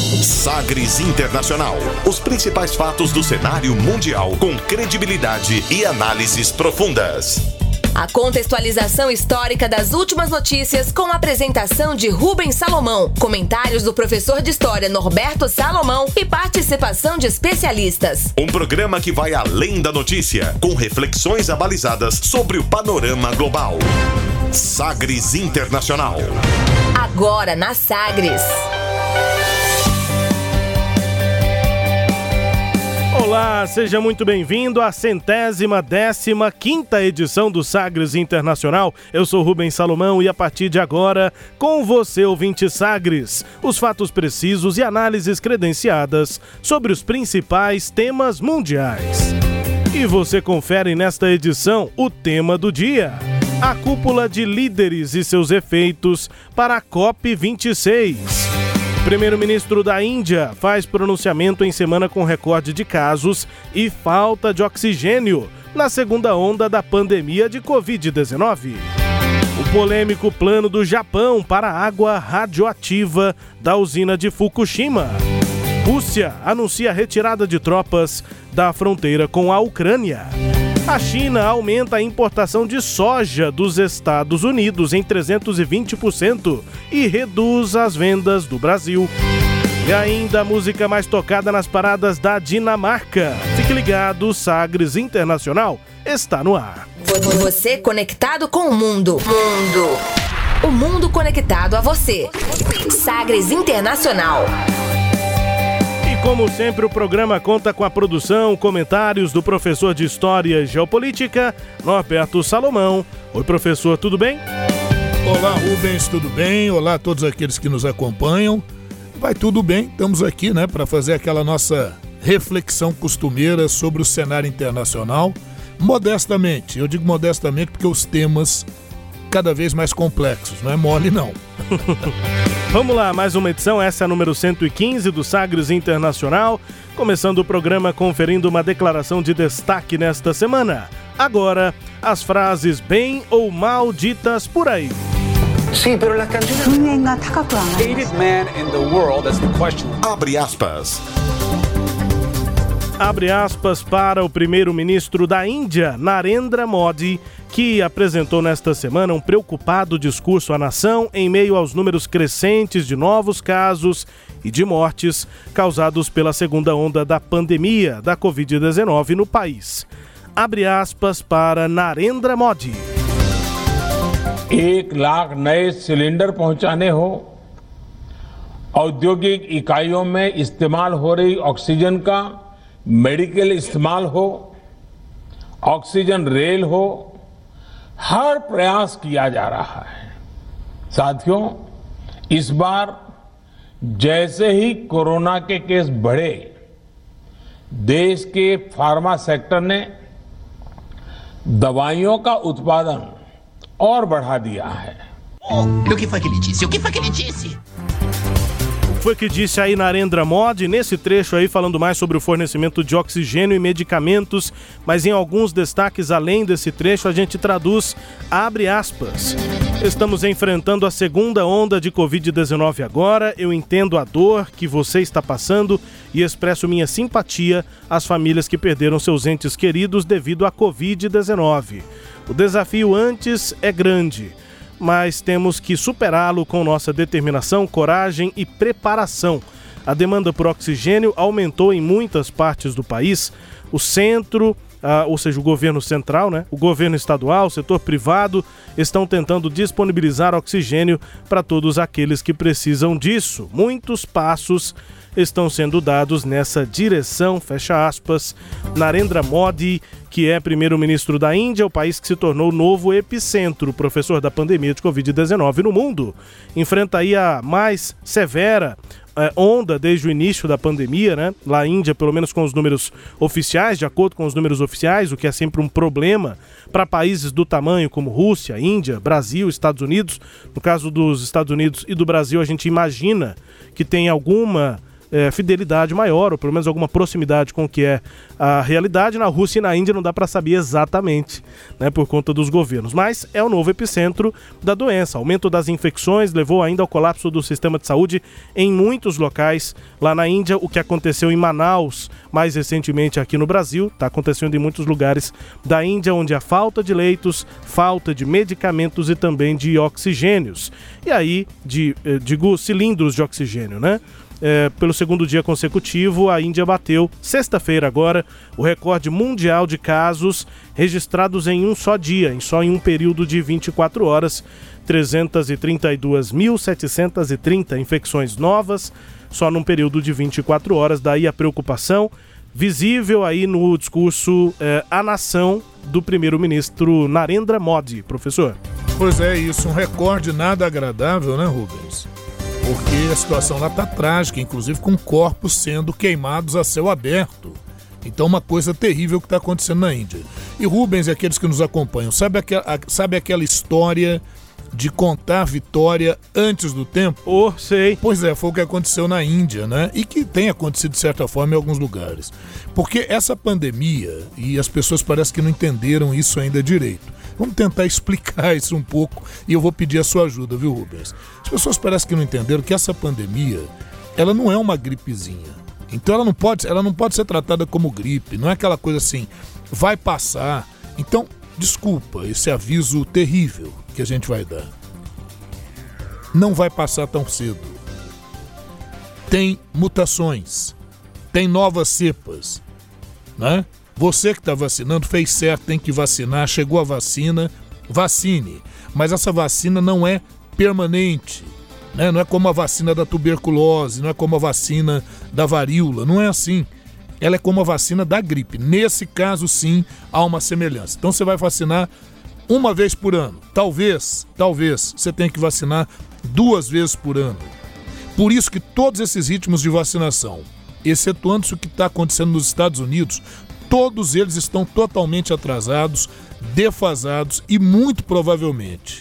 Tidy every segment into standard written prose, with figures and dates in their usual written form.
Sagres Internacional. Os principais fatos do cenário mundial com credibilidade e análises profundas. A contextualização histórica das últimas notícias com a apresentação de Rubens Salomão, comentários do professor de História Norberto Salomão e participação de especialistas. Um programa que vai além da notícia, com reflexões abalizadas sobre o panorama global. Sagres Internacional. Agora na Sagres. Olá, seja muito bem-vindo à 115ª edição do Sagres Internacional. Eu sou Rubens Salomão e a partir de agora, com você, ouvinte Sagres, os fatos precisos e análises credenciadas sobre os principais temas mundiais. E você confere nesta edição o tema do dia: a cúpula de líderes e seus efeitos para a COP26. Primeiro-ministro da Índia faz pronunciamento em semana com recorde de casos e falta de oxigênio na segunda onda da pandemia de Covid-19. O polêmico plano do Japão para a água radioativa da usina de Fukushima. Rússia anuncia a retirada de tropas da fronteira com a Ucrânia. A China aumenta a importação de soja dos Estados Unidos em 320% e reduz as vendas do Brasil. E ainda a música mais tocada nas paradas da Dinamarca. Fique ligado, Sagres Internacional está no ar. Você conectado com o mundo. O mundo conectado a você. Sagres Internacional. Como sempre, o programa conta com a produção, comentários do professor de História e Geopolítica, Norberto Salomão. Oi, professor, tudo bem? Olá, Rubens, tudo bem? Olá a todos aqueles que nos acompanham. Vai tudo bem, estamos aqui, para fazer aquela nossa reflexão costumeira sobre o cenário internacional. Modestamente, eu digo modestamente porque os temas cada vez mais complexos, não é mole não. Vamos lá, mais uma edição, essa é a número 115 do Sagres Internacional, começando o programa conferindo uma declaração de destaque nesta semana. Agora, as frases bem ou mal ditas por aí. Abre aspas. Abre aspas para o primeiro-ministro da Índia, Narendra Modi, que apresentou nesta semana um preocupado discurso à nação em meio aos números crescentes de novos casos e de mortes causados pela segunda onda da pandemia da Covid-19 no país. Abre aspas para Narendra Modi. 1 लाख नए सिलेंडर पहुंचाने हो, औद्योगिक इकाइयों में इस्तेमाल हो रही ऑक्सीजन का मेडिकल इस्तेमाल हो, ऑक्सीजन रेल हो, हर प्रयास किया जा रहा है। साथियों, इस बार जैसे ही कोरोना के केस बढ़े, देश के फार्मा सेक्टर ने दवाइयों का उत्पादन और बढ़ा दिया है। O que foi que ele disse? Foi que disse aí Narendra Modi, nesse trecho aí falando mais sobre o fornecimento de oxigênio e medicamentos, mas em alguns destaques além desse trecho a gente traduz, abre aspas. Estamos enfrentando a segunda onda de Covid-19 agora, eu entendo a dor que você está passando e expresso minha simpatia às famílias que perderam seus entes queridos devido à Covid-19. O desafio antes é grande, mas temos que superá-lo com nossa determinação, coragem e preparação. A demanda por oxigênio aumentou em muitas partes do país. O centro, ou seja, o governo central, o governo estadual, o setor privado, estão tentando disponibilizar oxigênio para todos aqueles que precisam disso. Muitos passos estão sendo dados nessa direção, fecha aspas. Narendra Modi, que é primeiro-ministro da Índia, o país que se tornou o novo epicentro, professor, da pandemia de Covid-19 no mundo. Enfrenta aí a mais severa onda desde o início da pandemia, Lá na Índia, pelo menos com os números oficiais, de acordo com os números oficiais, o que é sempre um problema para países do tamanho como Rússia, Índia, Brasil, Estados Unidos. No caso dos Estados Unidos e do Brasil, a gente imagina que tem alguma fidelidade maior, ou pelo menos alguma proximidade com o que é a realidade. Na Rússia e na Índia não dá para saber exatamente, né, por conta dos governos, mas é o novo epicentro da doença. Aumento das infecções levou ainda ao colapso do sistema de saúde em muitos locais lá na Índia. O que aconteceu em Manaus, mais recentemente aqui no Brasil, está acontecendo em muitos lugares da Índia, onde há falta de leitos, falta de medicamentos e também de oxigênios. E aí, digo cilindros de oxigênio, né? Pelo segundo dia consecutivo, a Índia bateu, sexta-feira agora, o recorde mundial de casos registrados em um só dia, só em um período de 24 horas, 332.730 infecções novas, só num período de 24 horas, daí a preocupação visível aí no discurso à nação do primeiro-ministro Narendra Modi, professor. Pois é, isso, um recorde nada agradável, né, Rubens? Porque a situação lá está trágica, inclusive com corpos sendo queimados a céu aberto. Então uma coisa terrível que está acontecendo na Índia. E Rubens e aqueles que nos acompanham, sabe aquela história de contar vitória antes do tempo? Oh, sei. Pois é, foi o que aconteceu na Índia, né? E que tem acontecido de certa forma em alguns lugares. Porque essa pandemia, e as pessoas parecem que não entenderam isso ainda direito. Vamos tentar explicar isso um pouco e eu vou pedir a sua ajuda, viu, Rubens? As pessoas parecem que não entenderam que essa pandemia, ela não é uma gripezinha. Então ela não pode ser tratada como gripe, não é aquela coisa assim, vai passar. Então, desculpa esse aviso terrível que a gente vai dar. Não vai passar tão cedo. Tem mutações, tem novas cepas, né? Você que está vacinando fez certo, tem que vacinar, chegou a vacina, vacine. Mas essa vacina não é permanente, né? Não é como a vacina da tuberculose, não é como a vacina da varíola, não é assim. Ela é como a vacina da gripe. Nesse caso, sim, há uma semelhança. Então você vai vacinar uma vez por ano. Talvez você tenha que vacinar 2 vezes por ano. Por isso que todos esses ritmos de vacinação, excetuando o que está acontecendo nos Estados Unidos, todos eles estão totalmente atrasados, defasados e muito provavelmente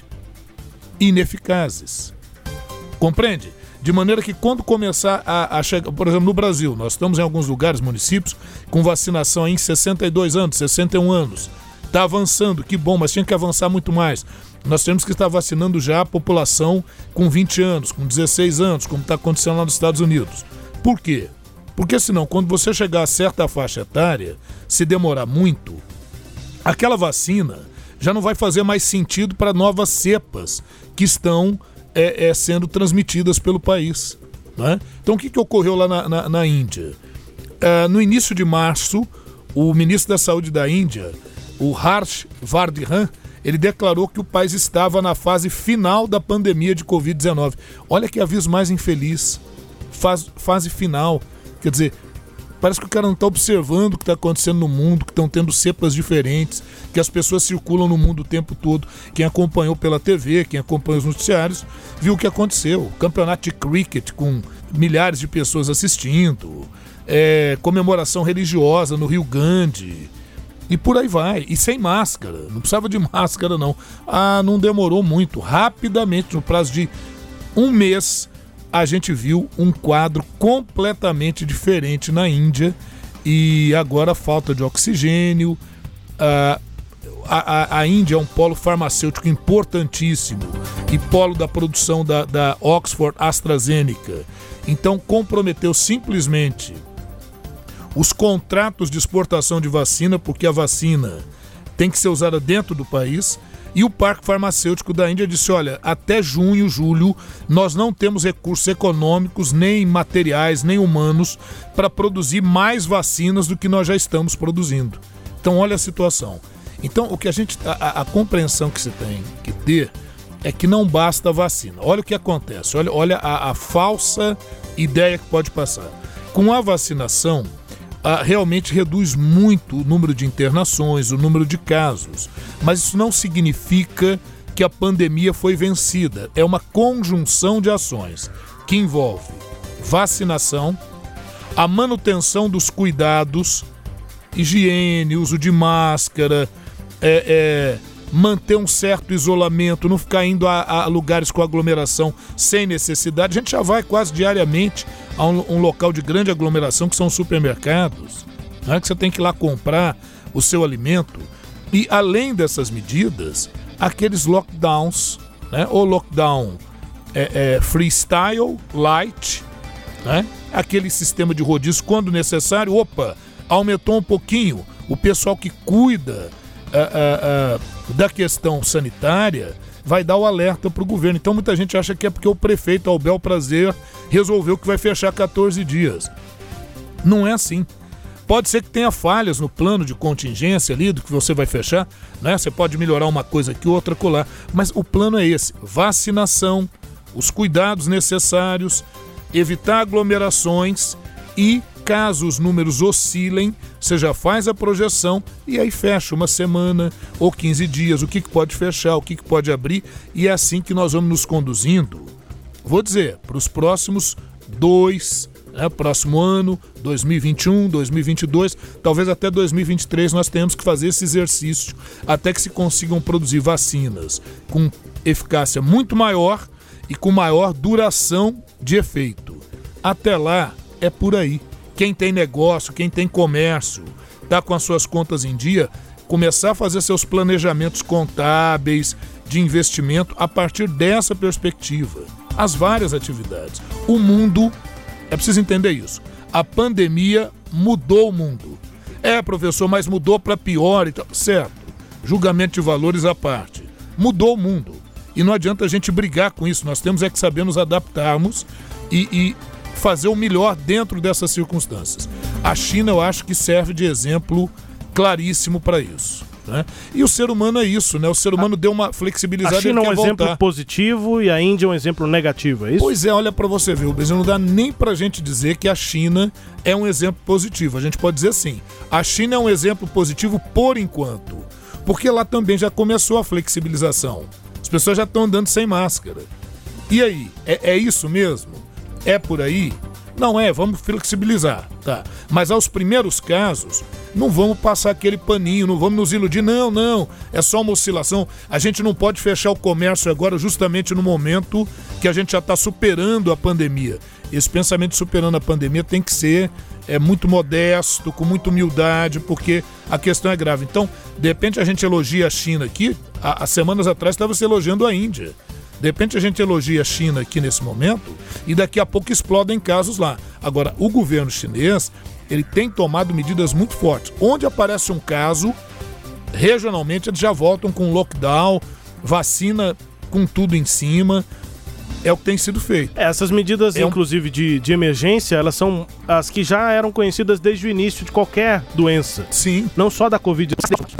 ineficazes. Compreende? De maneira que quando começar a chegar, por exemplo, no Brasil, nós estamos em alguns lugares, municípios, com vacinação em 62 anos, 61 anos. Está avançando, que bom, mas tinha que avançar muito mais. Nós temos que estar vacinando já a população com 20 anos, com 16 anos, como está acontecendo lá nos Estados Unidos. Por quê? Porque senão, quando você chegar a certa faixa etária, se demorar muito, aquela vacina já não vai fazer mais sentido para novas cepas que estão sendo transmitidas pelo país, né? Então o que ocorreu lá na Índia? No início de março, o ministro da Saúde da Índia, o Harsh Vardhan, ele declarou que o país estava na fase final da pandemia de Covid-19. Olha que aviso mais infeliz. Fase final. Quer dizer, parece que o cara não está observando o que está acontecendo no mundo, que estão tendo cepas diferentes, que as pessoas circulam no mundo o tempo todo. Quem acompanhou pela TV, quem acompanha os noticiários, viu o que aconteceu. Campeonato de cricket com milhares de pessoas assistindo, comemoração religiosa no Rio Grande, e por aí vai. E sem máscara, não precisava de máscara não. Não demorou muito, rapidamente, no prazo de 1 mês, a gente viu um quadro completamente diferente na Índia e agora falta de oxigênio. A Índia é um polo farmacêutico importantíssimo e polo da produção da Oxford AstraZeneca. Então comprometeu simplesmente os contratos de exportação de vacina, porque a vacina tem que ser usada dentro do país. E o Parque Farmacêutico da Índia disse, olha, até junho, julho, nós não temos recursos econômicos, nem materiais, nem humanos, para produzir mais vacinas do que nós já estamos produzindo. Então, olha a situação. Então, o que a compreensão que se tem que ter é que não basta a vacina. Olha o que acontece, olha a falsa ideia que pode passar. Com a vacinação, realmente reduz muito o número de internações, o número de casos. Mas isso não significa que a pandemia foi vencida. É uma conjunção de ações que envolve vacinação, a manutenção dos cuidados, higiene, uso de máscara, manter um certo isolamento, não ficar indo a lugares com aglomeração sem necessidade. A gente já vai quase diariamente a um local de grande aglomeração que são os supermercados, né, que você tem que ir lá comprar o seu alimento. E além dessas medidas, aqueles lockdowns, né, ou lockdown freestyle, light, né, aquele sistema de rodízio quando necessário, aumentou um pouquinho, o pessoal que cuida da questão sanitária vai dar o alerta para o governo. Então muita gente acha que é porque o prefeito, ao bel prazer, resolveu que vai fechar 14 dias. Não é assim. Pode ser que tenha falhas no plano de contingência ali do que você vai fechar, né? Você pode melhorar uma coisa aqui, outra colar. Mas o plano é esse: vacinação, os cuidados necessários, evitar aglomerações e, caso os números oscilem, você já faz a projeção e aí fecha uma semana ou 15 dias, o que pode fechar, o que pode abrir, e é assim que nós vamos nos conduzindo, vou dizer, para os próximos próximo ano, 2021, 2022, talvez até 2023 nós tenhamos que fazer esse exercício até que se consigam produzir vacinas com eficácia muito maior e com maior duração de efeito. Até lá, é por aí. Quem tem negócio, quem tem comércio, está com as suas contas em dia, começar a fazer seus planejamentos contábeis de investimento a partir dessa perspectiva. As várias atividades. O mundo, é preciso entender isso, a pandemia mudou o mundo. Professor, mas mudou para pior e tal. Certo, julgamento de valores à parte. Mudou o mundo. E não adianta a gente brigar com isso, nós temos que saber nos adaptarmos e fazer o melhor dentro dessas circunstâncias. A China, eu acho que serve de exemplo claríssimo para isso, né? E o ser humano é isso, né? O ser humano deu uma flexibilizada. A China é um exemplo positivo e a Índia é um exemplo negativo, é isso? Pois é, olha para você ver, Rubens, não dá nem pra gente dizer que a China é um exemplo positivo. A gente pode dizer assim, a China é um exemplo positivo por enquanto, porque lá também já começou a flexibilização. As pessoas já estão andando sem máscara. E aí, é isso mesmo? É por aí? Não é, vamos flexibilizar, tá? Mas aos primeiros casos, não vamos passar aquele paninho, não vamos nos iludir, não, é só uma oscilação. A gente não pode fechar o comércio agora justamente no momento que a gente já está superando a pandemia. Esse pensamento de superando a pandemia tem que ser muito modesto, com muita humildade, porque a questão é grave. Então, de repente a gente elogia a China aqui, há semanas atrás estava se elogiando a Índia. De repente a gente elogia a China aqui nesse momento e daqui a pouco explodem casos lá. Agora, o governo chinês, ele tem tomado medidas muito fortes. Onde aparece um caso, regionalmente eles já voltam com lockdown, vacina com tudo em cima. É o que tem sido feito. Essas medidas, inclusive, de emergência, elas são as que já eram conhecidas desde o início de qualquer doença. Sim. Não só da Covid.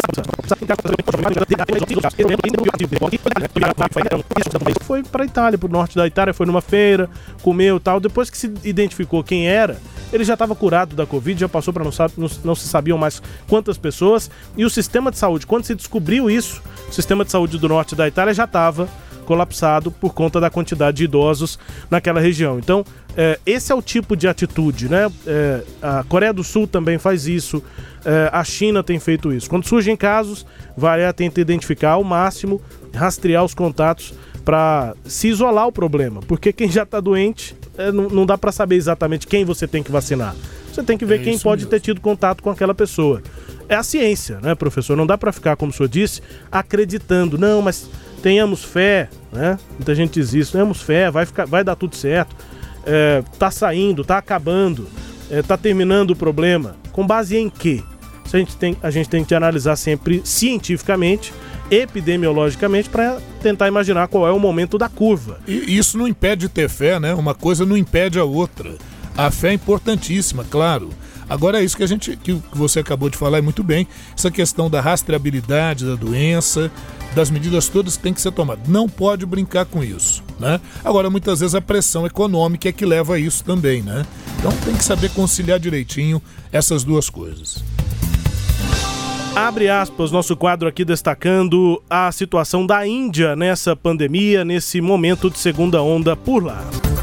Foi para a Itália, para o norte da Itália, foi numa feira, comeu e tal. Depois que se identificou quem era, ele já estava curado da Covid, já passou para não se sabiam mais quantas pessoas. E o sistema de saúde, quando se descobriu isso, o sistema de saúde do norte da Itália já estava colapsado por conta da quantidade de idosos naquela região. Então, esse é o tipo de atitude, né? A Coreia do Sul também faz isso, a China tem feito isso. Quando surgem casos, vale a tentar identificar ao máximo, rastrear os contatos para se isolar o problema, porque quem já está doente, não dá para saber exatamente quem você tem que vacinar. Você tem que ver quem pode ter tido contato com aquela pessoa. É a ciência, né, professor? Não dá para ficar, como o senhor disse, acreditando. Não, mas tenhamos fé, né? Muita gente diz isso. Tenhamos fé, vai dar tudo certo. Tá saindo, tá acabando, tá terminando o problema. Com base em quê? A gente tem que analisar sempre cientificamente, epidemiologicamente, para tentar imaginar qual é o momento da curva. E isso não impede de ter fé, né? Uma coisa não impede a outra. A fé é importantíssima, claro. Agora é isso que você acabou de falar, e muito bem, essa questão da rastreabilidade da doença, das medidas todas que tem que ser tomadas. Não pode brincar com isso, né? Agora, muitas vezes a pressão econômica é que leva a isso também, né? Então tem que saber conciliar direitinho essas duas coisas. Abre aspas, nosso quadro aqui destacando a situação da Índia nessa pandemia, nesse momento de segunda onda por lá.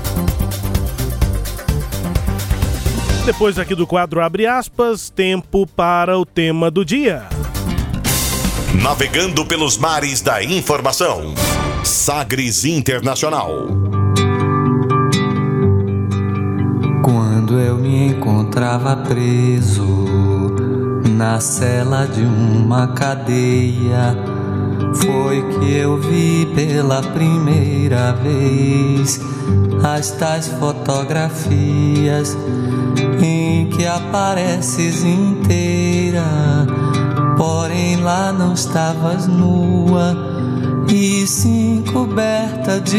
Depois aqui do quadro Abre aspas, tempo para o tema do dia. Navegando pelos mares da informação. Sagres Internacional. Quando eu me encontrava preso na cela de uma cadeia, foi que eu vi pela primeira vez as tais fotografias em que apareces inteira, porém lá não estavas nua, e sim coberta de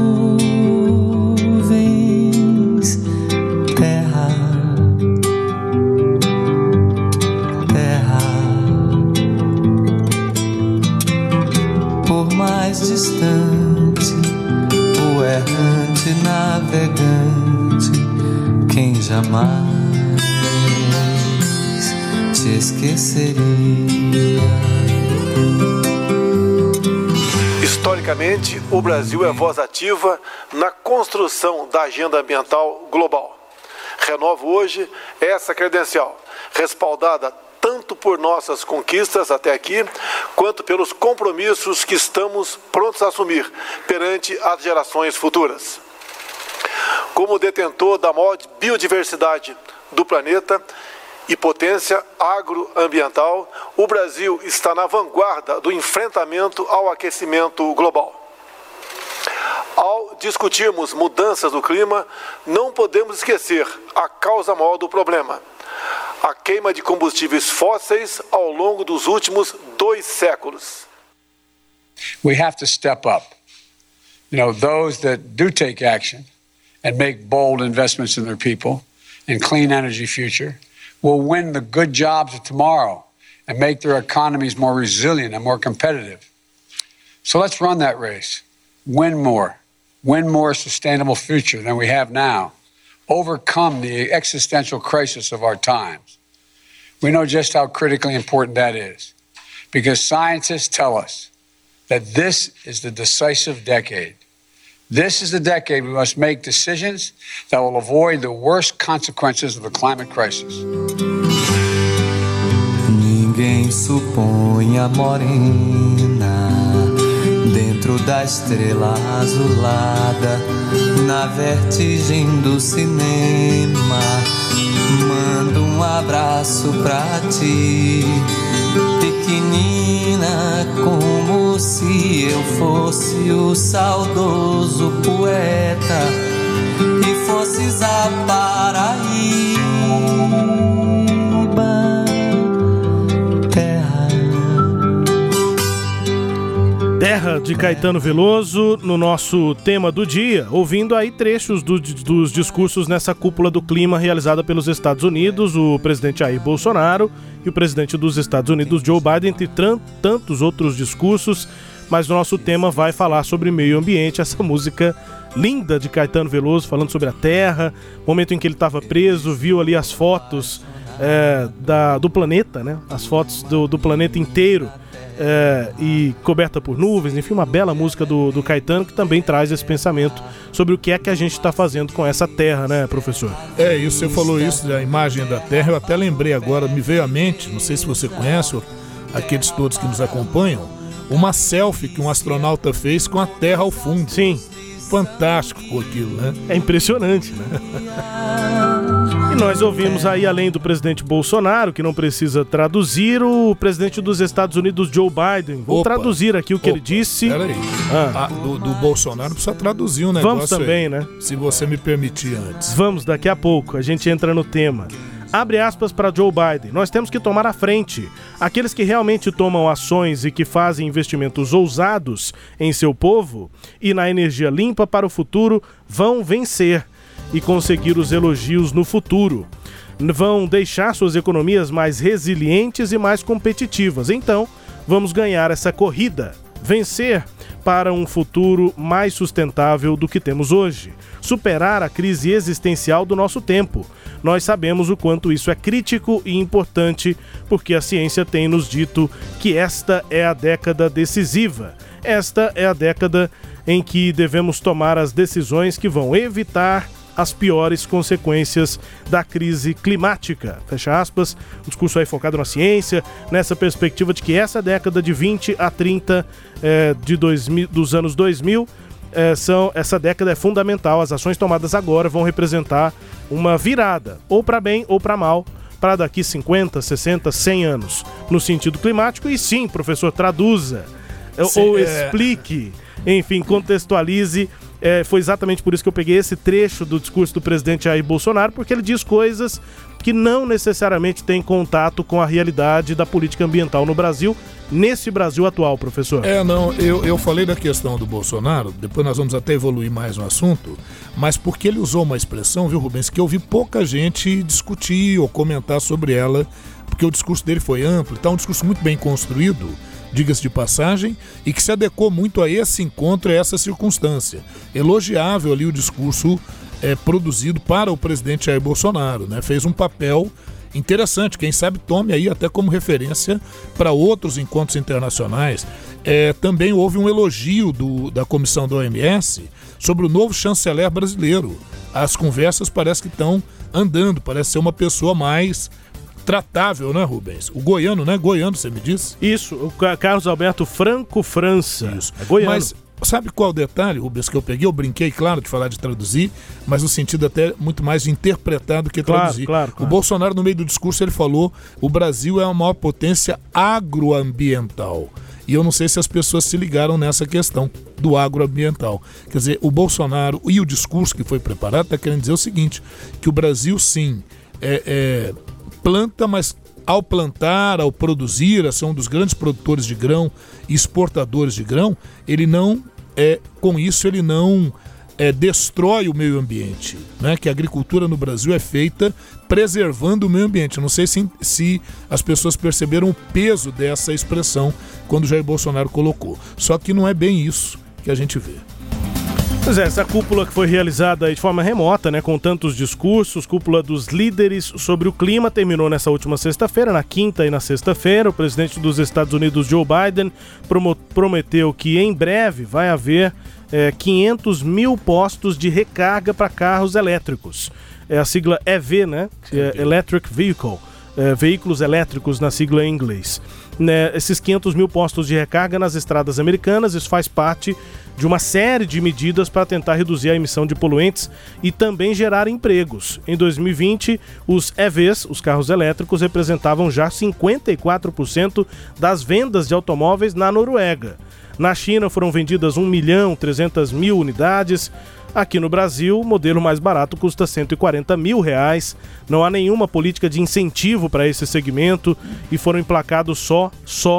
nuvens. Terra, terra, por mais distante, o errante navegante, quem jamais te esqueceria. Historicamente, o Brasil é voz ativa na construção da agenda ambiental global. Renovo hoje essa credencial, respaldada tanto por nossas conquistas até aqui, quanto pelos compromissos que estamos prontos a assumir perante as gerações futuras. Como detentor da maior biodiversidade do planeta e potência agroambiental, o Brasil está na vanguarda do enfrentamento ao aquecimento global. Ao discutirmos mudanças do clima, não podemos esquecer a causa maior do problema: a queima de combustíveis fósseis ao longo dos últimos 2 séculos. We have to step up. Those that do take action and make bold investments in their people and clean energy future will win the good jobs of tomorrow and make their economies more resilient and more competitive. So let's run that race. Win more sustainable future than we have now. Overcome the existential crisis of our times. We know just how critically important that is, because scientists tell us that this is the decisive decade. This is the decade we must make decisions that will avoid the worst consequences of the climate crisis. Ninguém supõe a morena dentro da estrela azulada, na vertigem do cinema. Mando um abraço pra ti, pequenina, como se eu fosse o saudoso poeta e fosses a Paraíba. Terra de Caetano Veloso, no nosso tema do dia, ouvindo aí trechos dos discursos nessa cúpula do clima realizada pelos Estados Unidos, o presidente Jair Bolsonaro e o presidente dos Estados Unidos, Joe Biden, entre tantos outros discursos, mas o nosso tema vai falar sobre meio ambiente, essa música linda de Caetano Veloso, falando sobre a Terra, momento em que ele estava preso, viu ali as fotos do planeta, né? As fotos do planeta inteiro, e coberta por nuvens, enfim, uma bela música do Caetano, que também traz esse pensamento sobre o que é que a gente está fazendo com essa terra, né, professor? E você falou isso da imagem da terra, eu até lembrei agora, me veio à mente, não sei se você conhece, aqueles todos que nos acompanham, uma selfie que um astronauta fez com a terra ao fundo. Sim. Fantástico aquilo, né? É impressionante, né? E nós ouvimos aí, além do presidente Bolsonaro, que não precisa traduzir, o presidente dos Estados Unidos, Joe Biden. Vou traduzir aqui o que ele disse. Peraí. Do Bolsonaro precisa traduzir um negócio. Vamos também, aí, né? Se você me permitir antes. Vamos, daqui a pouco. A gente entra no tema. Abre aspas para Joe Biden. Nós temos que tomar a frente. Aqueles que realmente tomam ações e que fazem investimentos ousados em seu povo e na energia limpa para o futuro vão vencer e conseguir os elogios no futuro. Vão deixar suas economias mais resilientes e mais competitivas. Então, vamos ganhar essa corrida. Vencer para um futuro mais sustentável do que temos hoje. Superar a crise existencial do nosso tempo. Nós sabemos o quanto isso é crítico e importante, porque a ciência tem nos dito que esta é a década decisiva. Esta é a década em que devemos tomar as decisões que vão evitar as piores consequências da crise climática. Fecha aspas. Um discurso aí focado na ciência, nessa perspectiva de que essa década de 20 a 30 dos anos 2000 essa década é fundamental. As ações tomadas agora vão representar uma virada, ou para bem ou para mal, para daqui 50, 60, 100 anos, no sentido climático. E sim, professor, traduza, ou explique, enfim, contextualize. Foi exatamente por isso que eu peguei esse trecho do discurso do presidente Jair Bolsonaro, porque ele diz coisas que não necessariamente têm contato com a realidade da política ambiental no Brasil, nesse Brasil atual, professor. Eu falei da questão do Bolsonaro, depois nós vamos até evoluir mais no assunto, mas porque ele usou uma expressão, viu, Rubens, que eu vi pouca gente discutir ou comentar sobre ela, porque o discurso dele foi amplo, então um discurso muito bem construído, diga-se de passagem, e que se adequou muito a esse encontro, a essa circunstância. Elogiável ali o discurso produzido para o presidente Jair Bolsonaro, né? Fez um papel interessante, quem sabe tome aí até como referência para outros encontros internacionais. Também houve um elogio da comissão da OMS sobre o novo chanceler brasileiro. As conversas parece que estão andando, parece ser uma pessoa mais tratável, né, Rubens? O goiano, né? Goiano, você me disse? Isso, o Carlos Alberto Franco França. Isso. É goiano. Mas sabe qual o detalhe, Rubens, que eu peguei? Eu brinquei, claro, de falar de traduzir, mas no sentido até muito mais de interpretar do que traduzir. Claro. O Bolsonaro, no meio do discurso, ele falou: o Brasil é a maior potência agroambiental. E eu não sei se as pessoas se ligaram nessa questão do agroambiental. Quer dizer, o Bolsonaro e o discurso que foi preparado está querendo dizer o seguinte, que o Brasil, sim, planta, mas ao plantar, ao produzir, a ser um dos grandes produtores de grão e exportadores de grão, ele não, com isso, ele não destrói o meio ambiente, né? Que a agricultura no Brasil é feita preservando o meio ambiente. Eu não sei se as pessoas perceberam o peso dessa expressão quando Jair Bolsonaro colocou. Só que não é bem isso que a gente vê. Pois é, essa cúpula que foi realizada de forma remota, né, com tantos discursos, cúpula dos líderes sobre o clima, terminou nessa última sexta-feira, na quinta e na sexta-feira. O presidente dos Estados Unidos, Joe Biden, prometeu que em breve vai haver 500 mil postos de recarga para carros elétricos. É a sigla EV, né? Electric Vehicle. Veículos elétricos na sigla em inglês. Esses 500 mil postos de recarga nas estradas americanas, isso faz parte de uma série de medidas para tentar reduzir a emissão de poluentes e também gerar empregos. Em 2020, os EVs, os carros elétricos, representavam já 54% das vendas de automóveis na Noruega. Na China foram vendidas 1.300.000 unidades. Aqui no Brasil, o modelo mais barato custa R$140 mil. Não há nenhuma política de incentivo para esse segmento e foram emplacados só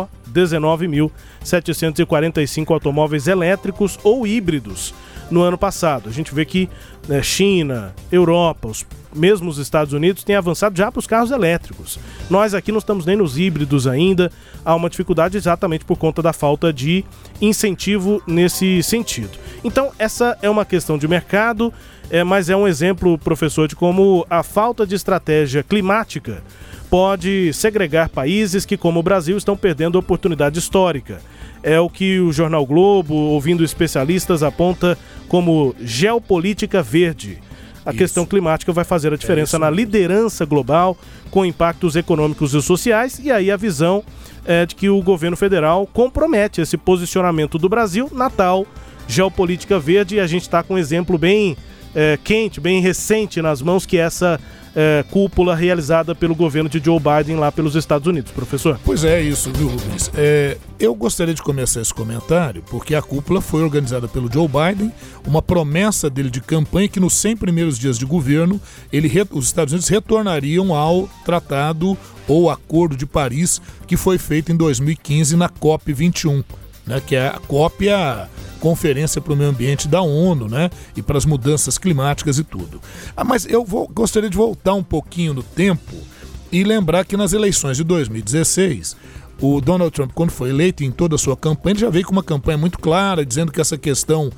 19.745 automóveis elétricos ou híbridos no ano passado. A gente vê que China, Europa, mesmo os Estados Unidos têm avançado já para os carros elétricos. Nós aqui não estamos nem nos híbridos ainda. Há uma dificuldade exatamente por conta da falta de incentivo nesse sentido. Então, essa é uma questão de mercado, mas é um exemplo, professor, de como a falta de estratégia climática pode segregar países que, como o Brasil, estão perdendo a oportunidade histórica. É o que o Jornal Globo, ouvindo especialistas, aponta como geopolítica verde. A questão climática vai fazer a diferença na liderança global, com impactos econômicos e sociais, e aí a visão é de que o governo federal compromete esse posicionamento do Brasil na tal geopolítica verde, e a gente está com um exemplo bem quente, bem recente nas mãos, que é essa cúpula realizada pelo governo de Joe Biden lá pelos Estados Unidos, professor. Pois é isso, viu, Rubens? Eu gostaria de começar esse comentário porque a cúpula foi organizada pelo Joe Biden, uma promessa dele de campanha que nos 100 primeiros dias de governo os Estados Unidos retornariam ao tratado ou acordo de Paris que foi feito em 2015 na COP21, né, que é a COP, a Conferência para o Meio Ambiente da ONU, né? E para as mudanças climáticas e tudo. Mas eu gostaria de voltar um pouquinho no tempo e lembrar que nas eleições de 2016, o Donald Trump, quando foi eleito, em toda a sua campanha, ele já veio com uma campanha muito clara, dizendo que essa questão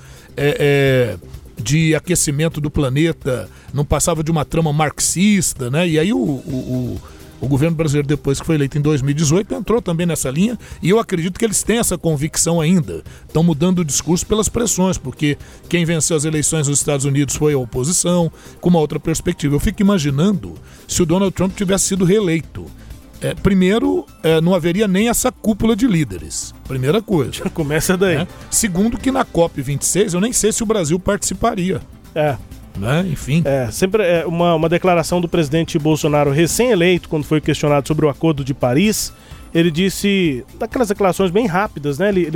de aquecimento do planeta não passava de uma trama marxista, né? E aí o governo brasileiro, depois que foi eleito em 2018, entrou também nessa linha, e eu acredito que eles têm essa convicção ainda. Estão mudando o discurso pelas pressões, porque quem venceu as eleições nos Estados Unidos foi a oposição, com uma outra perspectiva. Eu fico imaginando se o Donald Trump tivesse sido reeleito. Primeiro, não haveria nem essa cúpula de líderes. Primeira coisa. Já começa daí. Né? Segundo, que na COP26 eu nem sei se o Brasil participaria. Né? Enfim. Sempre uma declaração do presidente Bolsonaro recém-eleito, quando foi questionado sobre o Acordo de Paris. Ele disse, daquelas declarações bem rápidas, né? Ele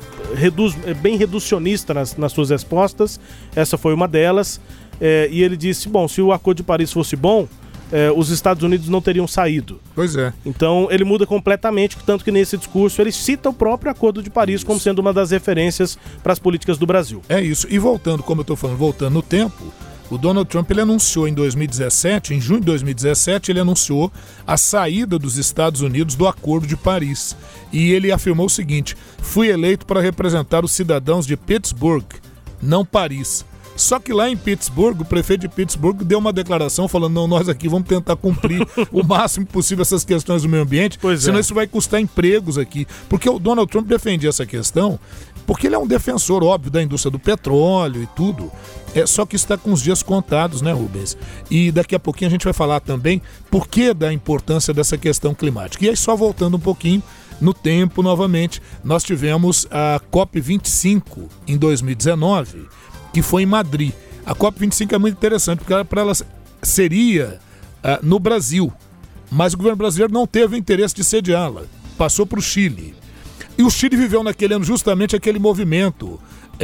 é bem reducionista nas suas respostas. Essa foi uma delas. E ele disse, bom, se o Acordo de Paris fosse bom, os Estados Unidos não teriam saído. Pois é. Então ele muda completamente, tanto que nesse discurso ele cita o próprio Acordo de Paris como sendo uma das referências para as políticas do Brasil. É isso. E voltando, como eu estou falando, voltando no tempo, o Donald Trump ele anunciou em 2017, em junho de 2017, ele anunciou a saída dos Estados Unidos do Acordo de Paris. E ele afirmou o seguinte: fui eleito para representar os cidadãos de Pittsburgh, não Paris. Só que lá em Pittsburgh, o prefeito de Pittsburgh deu uma declaração falando, não, nós aqui vamos tentar cumprir o máximo possível essas questões do meio ambiente, senão isso vai custar empregos aqui. Porque o Donald Trump defendia essa questão, porque ele é um defensor, óbvio, da indústria do petróleo e tudo. Só que está com os dias contados, né, Rubens? E daqui a pouquinho a gente vai falar também por que da importância dessa questão climática. E aí, só voltando um pouquinho no tempo novamente, nós tivemos a COP25 em 2019, que foi em Madrid. A COP25 é muito interessante, porque para ela seria no Brasil, mas o governo brasileiro não teve interesse de sediá-la, passou para o Chile. E o Chile viveu naquele ano justamente aquele movimento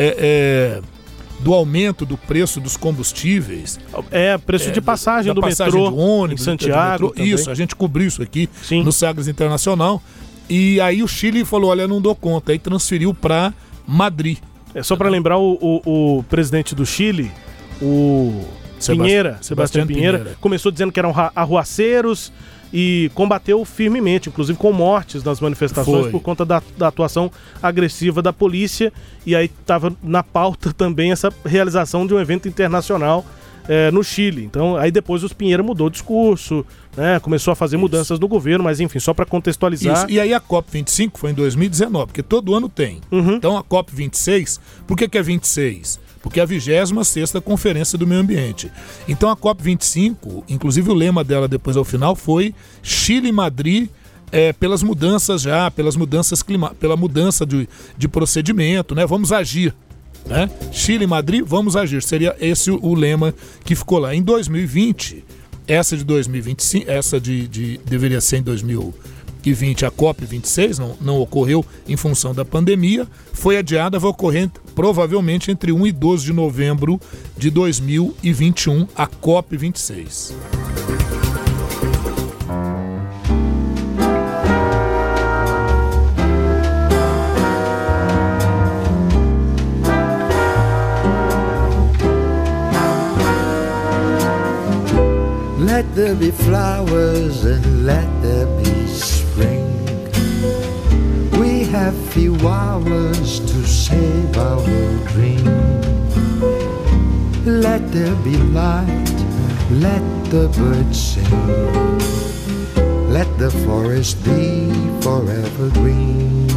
do aumento do preço dos combustíveis. Preço de passagem do passagem metrô, do ônibus, em Santiago. Isso, a gente cobriu isso aqui no Sagres Internacional. E aí o Chile falou, olha, não dou conta, aí transferiu para Madrid. Só para lembrar, o presidente do Chile, o Sebastião Pinheira, começou dizendo que eram arruaceiros e combateu firmemente, inclusive com mortes nas manifestações por conta da atuação agressiva da polícia. E aí estava na pauta também essa realização de um evento internacional no Chile. Então, aí depois o Pinheira mudou o discurso, né, começou a fazer mudanças no governo, mas enfim, só para contextualizar. Isso. E aí a COP25 foi em 2019, porque todo ano tem. Então a COP26, por que é 26? Porque é a 26ª Conferência do Meio Ambiente. Então a COP25, inclusive o lema dela depois ao final foi Chile e Madrid, pelas mudanças pela mudança de procedimento, né? Vamos agir. Né? Chile e Madrid, vamos agir. Seria esse o lema que ficou lá. Em 2020, essa de 2025, deveria ser em 2020, a COP26, não ocorreu em função da pandemia, foi adiada, vai ocorrer provavelmente entre 1 e 12 de novembro de 2021, a COP26. Let there be flowers and let there be spring. We have few hours to save our dream. Let there be light, let the birds sing. Let the forest be forever green.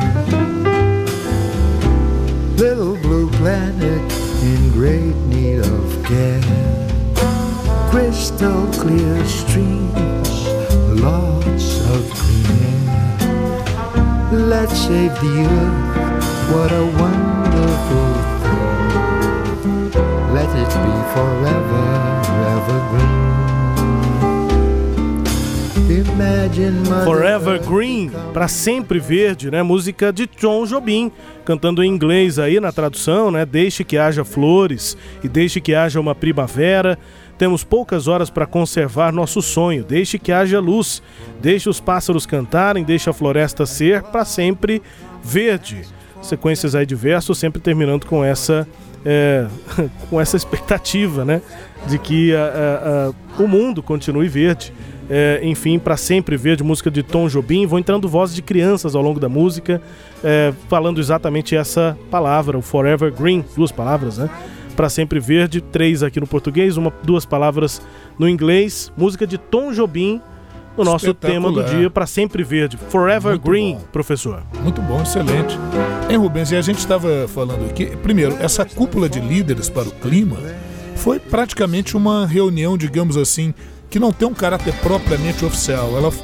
Little blue planet in great need of care. Crystal clear streams, lots of clean air. Let's save the earth, what a wonderful thing. Let it be forever, evergreen. Imagine Forever Green, pra sempre verde, né? Música de Tom Jobim, cantando em inglês aí na tradução, né? Deixe que haja flores e deixe que haja uma primavera. Temos poucas horas para conservar nosso sonho. Deixe que haja luz. Deixe os pássaros cantarem. Deixe a floresta ser para sempre verde. Sequências aí de versos, sempre terminando com essa expectativa, né? De que o mundo continue verde. Enfim, para sempre verde, música de Tom Jobim. Vão entrando vozes de crianças ao longo da música, falando exatamente essa palavra, o Forever Green. 2 palavras, né? Para sempre verde, 3 aqui no português, 2 palavras no inglês. Música de Tom Jobim no nosso tema do dia, para sempre verde. Forever muito Green, bom. Professor. Muito bom, excelente. Hein, Rubens, e a gente estava falando aqui, primeiro, essa cúpula de líderes para o clima foi praticamente uma reunião, digamos assim, que não tem um caráter propriamente oficial.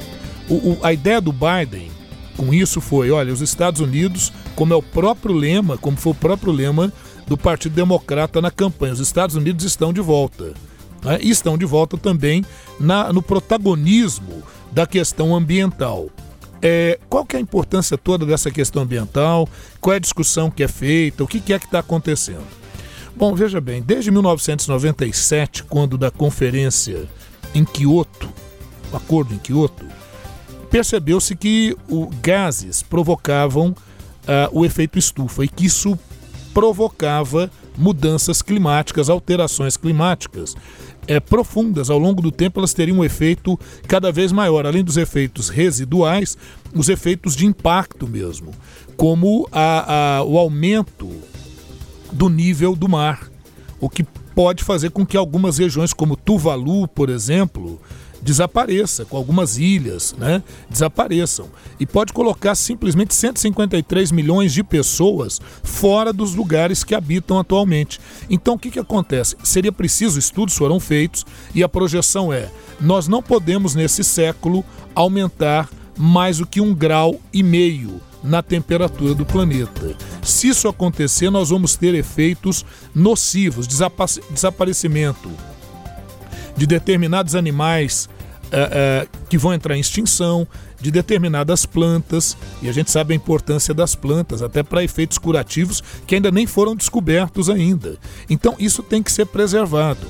A ideia do Biden com isso foi, olha, os Estados Unidos, como foi o próprio lema do Partido Democrata na campanha, os Estados Unidos estão de volta. Né? E estão de volta também no protagonismo da questão ambiental. Qual que é a importância toda dessa questão ambiental? Qual é a discussão que é feita? O que é que está acontecendo? Bom, veja bem, desde 1997, quando da conferência em Kyoto, o acordo em Kyoto, percebeu-se que gases provocavam o efeito estufa e que isso provocava mudanças climáticas, alterações climáticas profundas. Ao longo do tempo elas teriam um efeito cada vez maior, além dos efeitos residuais, os efeitos de impacto mesmo, como o aumento do nível do mar, o que pode fazer com que algumas regiões como Tuvalu, por exemplo, desapareça, com algumas ilhas, né, desapareçam. E pode colocar simplesmente 153 milhões de pessoas fora dos lugares que habitam atualmente. Então o que acontece? Seria preciso, estudos foram feitos e a projeção nós não podemos nesse século aumentar mais do que 1,5 grau na temperatura do planeta. Se isso acontecer, nós vamos ter efeitos nocivos, desaparecimento de determinados animais que vão entrar em extinção, de determinadas plantas, e a gente sabe a importância das plantas, até para efeitos curativos que ainda nem foram descobertos ainda. Então isso tem que ser preservado.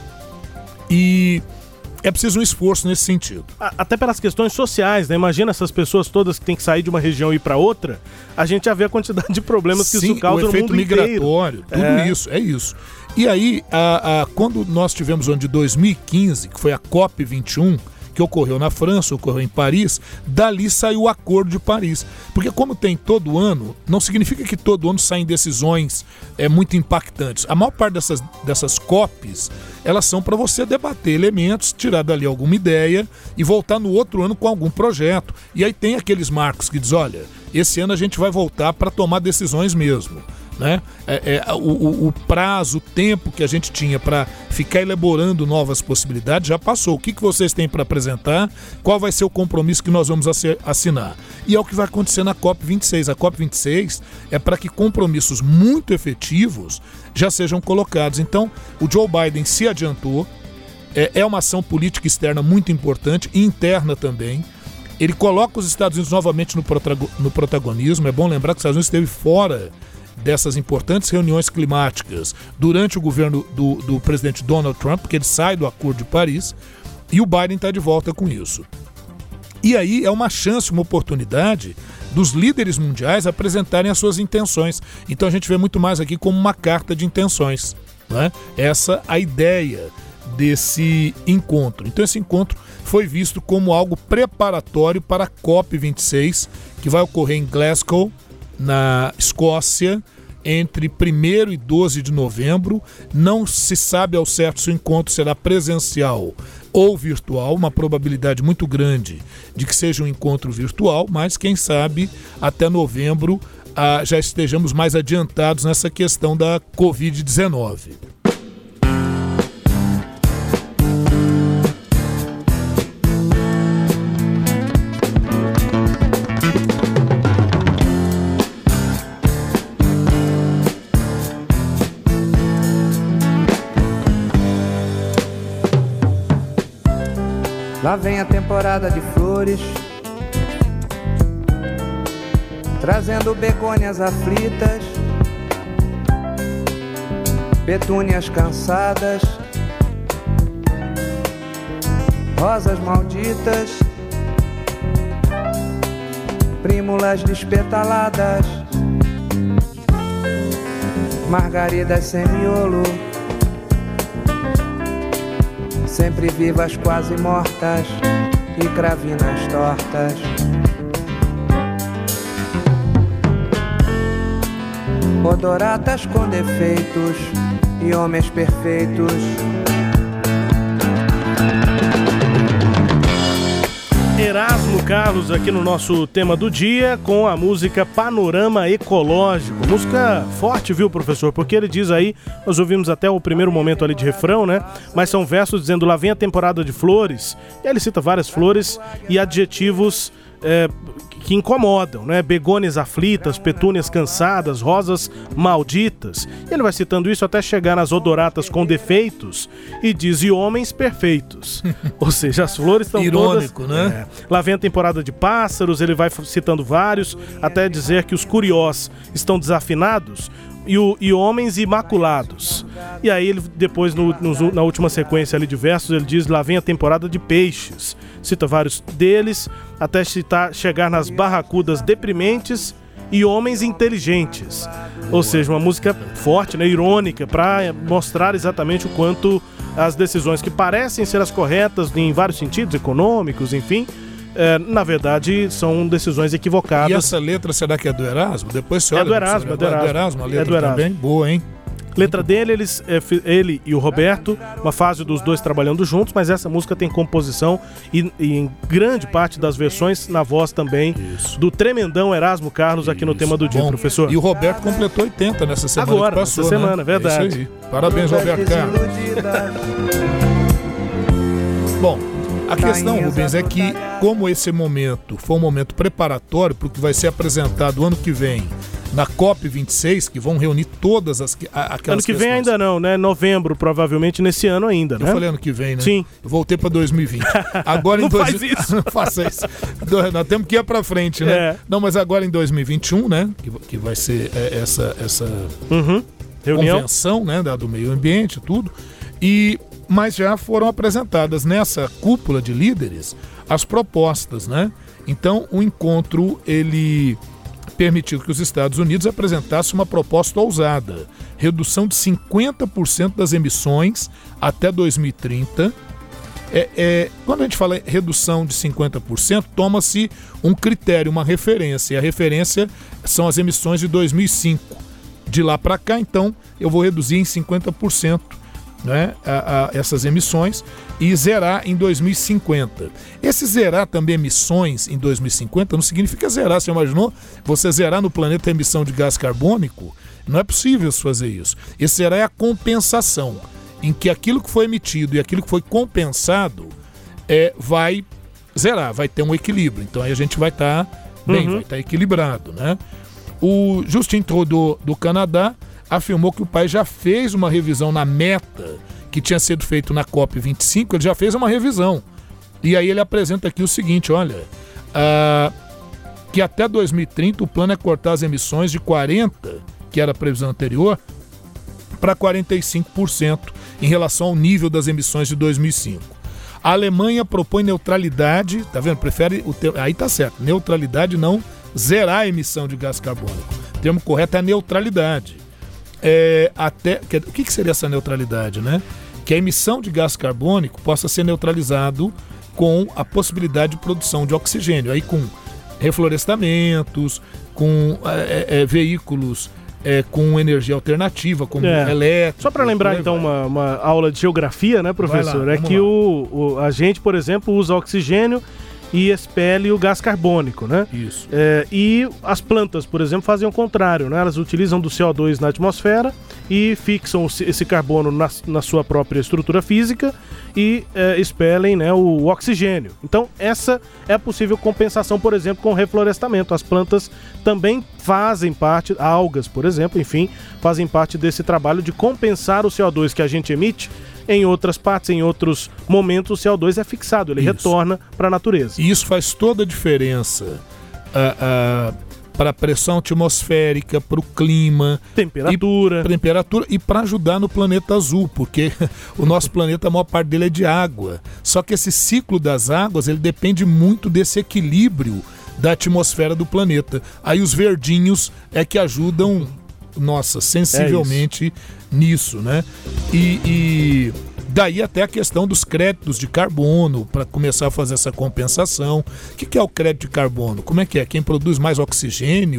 E é preciso um esforço nesse sentido. Até pelas questões sociais, né? Imagina essas pessoas todas que têm que sair de uma região e ir para outra, a gente já vê a quantidade de problemas que isso causa no mundo inteiro. O efeito migratório, tudo isso, é isso. E aí, quando nós tivemos o ano de 2015, que foi a COP21, que ocorreu na França, ocorreu em Paris, dali saiu o Acordo de Paris. Porque como tem todo ano, não significa que todo ano saem decisões muito impactantes. A maior parte dessas COPs, elas são para você debater elementos, tirar dali alguma ideia e voltar no outro ano com algum projeto. E aí tem aqueles marcos que diz, olha, esse ano a gente vai voltar para tomar decisões mesmo. Né? O prazo, o tempo que a gente tinha para ficar elaborando novas possibilidades já passou. O que vocês têm para apresentar? Qual vai ser o compromisso que nós vamos assinar? E é o que vai acontecer na COP26. A COP26 é para que compromissos muito efetivos já sejam colocados. Então, o Joe Biden se adiantou. É uma ação política externa muito importante e interna também. Ele coloca os Estados Unidos novamente no protagonismo. É bom lembrar que os Estados Unidos esteve fora dessas importantes reuniões climáticas durante o governo do presidente Donald Trump, porque ele sai do Acordo de Paris, e o Biden está de volta com isso. E aí é uma chance, uma oportunidade dos líderes mundiais apresentarem as suas intenções. Então a gente vê muito mais aqui como uma carta de intenções, né? Essa a ideia desse encontro. Então esse encontro foi visto como algo preparatório para a COP26, que vai ocorrer em Glasgow, na Escócia, entre 1º e 12 de novembro. Não se sabe ao certo se o encontro será presencial ou virtual, uma probabilidade muito grande de que seja um encontro virtual, mas quem sabe até novembro já estejamos mais adiantados nessa questão da Covid-19. Lá vem a temporada de flores, trazendo begônias aflitas, petúnias cansadas, rosas malditas, prímulas despetaladas, margaridas sem miolo, sempre vivas, quase mortas, e cravinas tortas. Odoratas com defeitos e homens perfeitos. Erasmo Carlos aqui no nosso tema do dia com a música Panorama Ecológico. Música forte, viu, professor? Porque ele diz aí, nós ouvimos até o primeiro momento ali de refrão, né? Mas são versos dizendo lá vem a temporada de flores. E aí ele cita várias flores e adjetivos que incomodam, né? Begônias aflitas, petúnias cansadas, rosas malditas. E ele vai citando isso até chegar nas odoratas com defeitos e diz, e homens perfeitos. Ou seja, as flores estão irônico, todas... né? Lá vem a temporada de pássaros, ele vai citando vários, até dizer que os curiós estão desafinados e homens imaculados. E aí ele depois, na última sequência ali de versos, ele diz, lá vem a temporada de peixes. Cita vários deles, até chegar nas barracudas deprimentes e homens inteligentes. Ou seja, uma música forte, né, irônica, para mostrar exatamente o quanto as decisões que parecem ser as corretas em vários sentidos, econômicos, enfim, na verdade são decisões equivocadas. E essa letra, será que é do Erasmo? Depois você olha. É do Erasmo, é do Erasmo, a letra do Erasmo. também, boa, hein? Letra dele, ele e o Roberto, uma fase dos dois trabalhando juntos, mas essa música tem composição e em grande parte das versões na voz também do tremendão Erasmo Carlos aqui no tema do dia, professor. E o Roberto completou 80 nessa semana. Agora, que passou, essa semana, né? verdade. É isso aí. Parabéns, Roberto Carlos. Bom, a questão, Rubens, é que como esse momento foi um momento preparatório para o que vai ser apresentado ano que vem na COP26, que vão reunir todas aquelas ano que vem ainda não, né? Novembro, provavelmente nesse ano ainda, né? Eu falei ano que vem, né? Sim. Eu voltei para 2020. Agora não faz isso. Não faça isso. Nós temos que ir para frente, né? Não, mas agora em 2021, né? Que vai ser essa convenção, né? Do meio ambiente, tudo. Mas já foram apresentadas nessa cúpula de líderes as propostas, né? Então, o encontro, ele permitiu que os Estados Unidos apresentassem uma proposta ousada, redução de 50% das emissões até 2030. Quando a gente fala em redução de 50%, toma-se um critério, uma referência, e a referência são as emissões de 2005. De lá para cá, então, eu vou reduzir em 50%. Né, essas emissões e zerar em 2050. Esse zerar também emissões em 2050 não significa zerar. Você imaginou você zerar no planeta a emissão de gás carbônico? Não é possível fazer isso. Esse zerar é a compensação, em que aquilo que foi emitido e aquilo que foi compensado vai zerar, vai ter um equilíbrio. Então aí a gente vai estar bem, vai estar equilibrado. Né? O Justin Trudeau do Canadá afirmou que o país já fez uma revisão na meta que tinha sido feito na COP25, ele já fez uma revisão. E aí ele apresenta aqui o seguinte, olha, que até 2030 o plano é cortar as emissões de 40%, que era a previsão anterior, para 45% em relação ao nível das emissões de 2005. A Alemanha propõe neutralidade, tá vendo? Prefere, aí tá certo, neutralidade, não zerar a emissão de gás carbônico. O termo correto é neutralidade. O que seria essa neutralidade, né? Que a emissão de gás carbônico possa ser neutralizado com a possibilidade de produção de oxigênio, aí com reflorestamentos, com veículos com energia alternativa, como elétrico. Só para lembrar então uma aula de geografia, né, professor? Lá, que a gente, por exemplo, usa oxigênio e expele o gás carbônico, né? Isso. E as plantas, por exemplo, fazem o contrário, né? Elas utilizam do CO2 na atmosfera e fixam esse carbono na sua própria estrutura física e expelem, né, o oxigênio. Então, essa é a possível compensação, por exemplo, com o reflorestamento. As plantas também fazem parte, algas, por exemplo, enfim, fazem parte desse trabalho de compensar o CO2 que a gente emite. Em outras partes, em outros momentos, o CO2 é fixado, ele retorna para a natureza. E isso faz toda a diferença para a pressão atmosférica, para o clima, temperatura e para ajudar no planeta azul, porque o nosso planeta, a maior parte dele é de água. Só que esse ciclo das águas, ele depende muito desse equilíbrio da atmosfera do planeta. Aí os verdinhos é que ajudam, sensivelmente nisso, né? E daí até a questão dos créditos de carbono, para começar a fazer essa compensação. O que é o crédito de carbono? Como é que é? Quem produz mais oxigênio,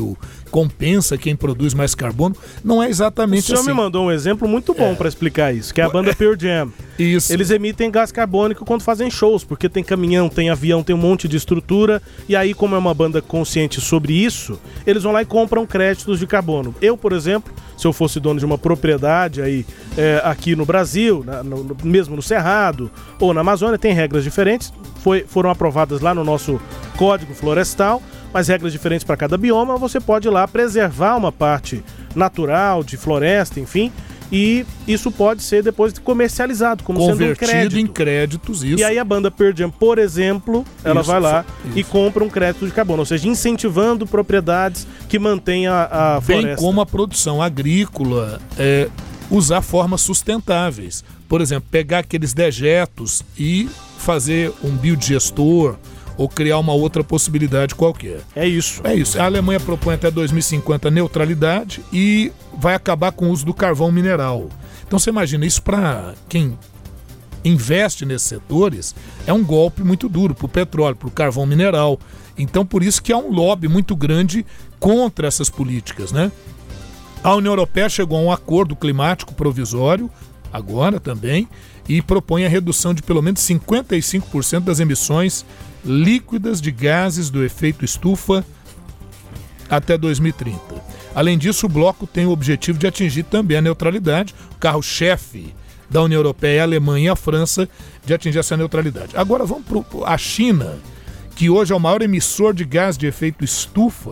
compensa quem produz mais carbono. Não é exatamente assim. O senhor me mandou um exemplo muito bom para explicar isso, que é a banda Pearl Jam. Isso. Eles emitem gás carbônico quando fazem shows, porque tem caminhão, tem avião, tem um monte de estrutura, e aí, como é uma banda consciente sobre isso, eles vão lá e compram créditos de carbono. Eu, por exemplo, se eu fosse dono de uma propriedade aí, aqui no Brasil, mesmo no Cerrado ou na Amazônia, tem regras diferentes, foram aprovadas lá no nosso Código Florestal, mas regras diferentes para cada bioma. Você pode ir lá preservar uma parte natural de floresta, enfim, e isso pode ser depois comercializado, como sendo um crédito. Em créditos, isso. E aí a banda Pearl Jam, por exemplo, ela vai lá e compra um crédito de carbono, ou seja, incentivando propriedades que mantenham a floresta. Bem como a produção agrícola, usar formas sustentáveis. Por exemplo, pegar aqueles dejetos e fazer um biodigestor ou criar uma outra possibilidade qualquer. É isso. A Alemanha propõe até 2050 neutralidade e vai acabar com o uso do carvão mineral. Então você imagina, isso para quem investe nesses setores é um golpe muito duro para o petróleo, para o carvão mineral. Então por isso que há um lobby muito grande contra essas políticas, né? A União Europeia chegou a um acordo climático provisório, agora também, e propõe a redução de pelo menos 55% das emissões líquidas de gases do efeito estufa até 2030. Além disso, o bloco tem o objetivo de atingir também a neutralidade. O carro-chefe da União Europeia é a Alemanha e a França, de atingir essa neutralidade. Agora vamos para a China, que hoje é o maior emissor de gás de efeito estufa,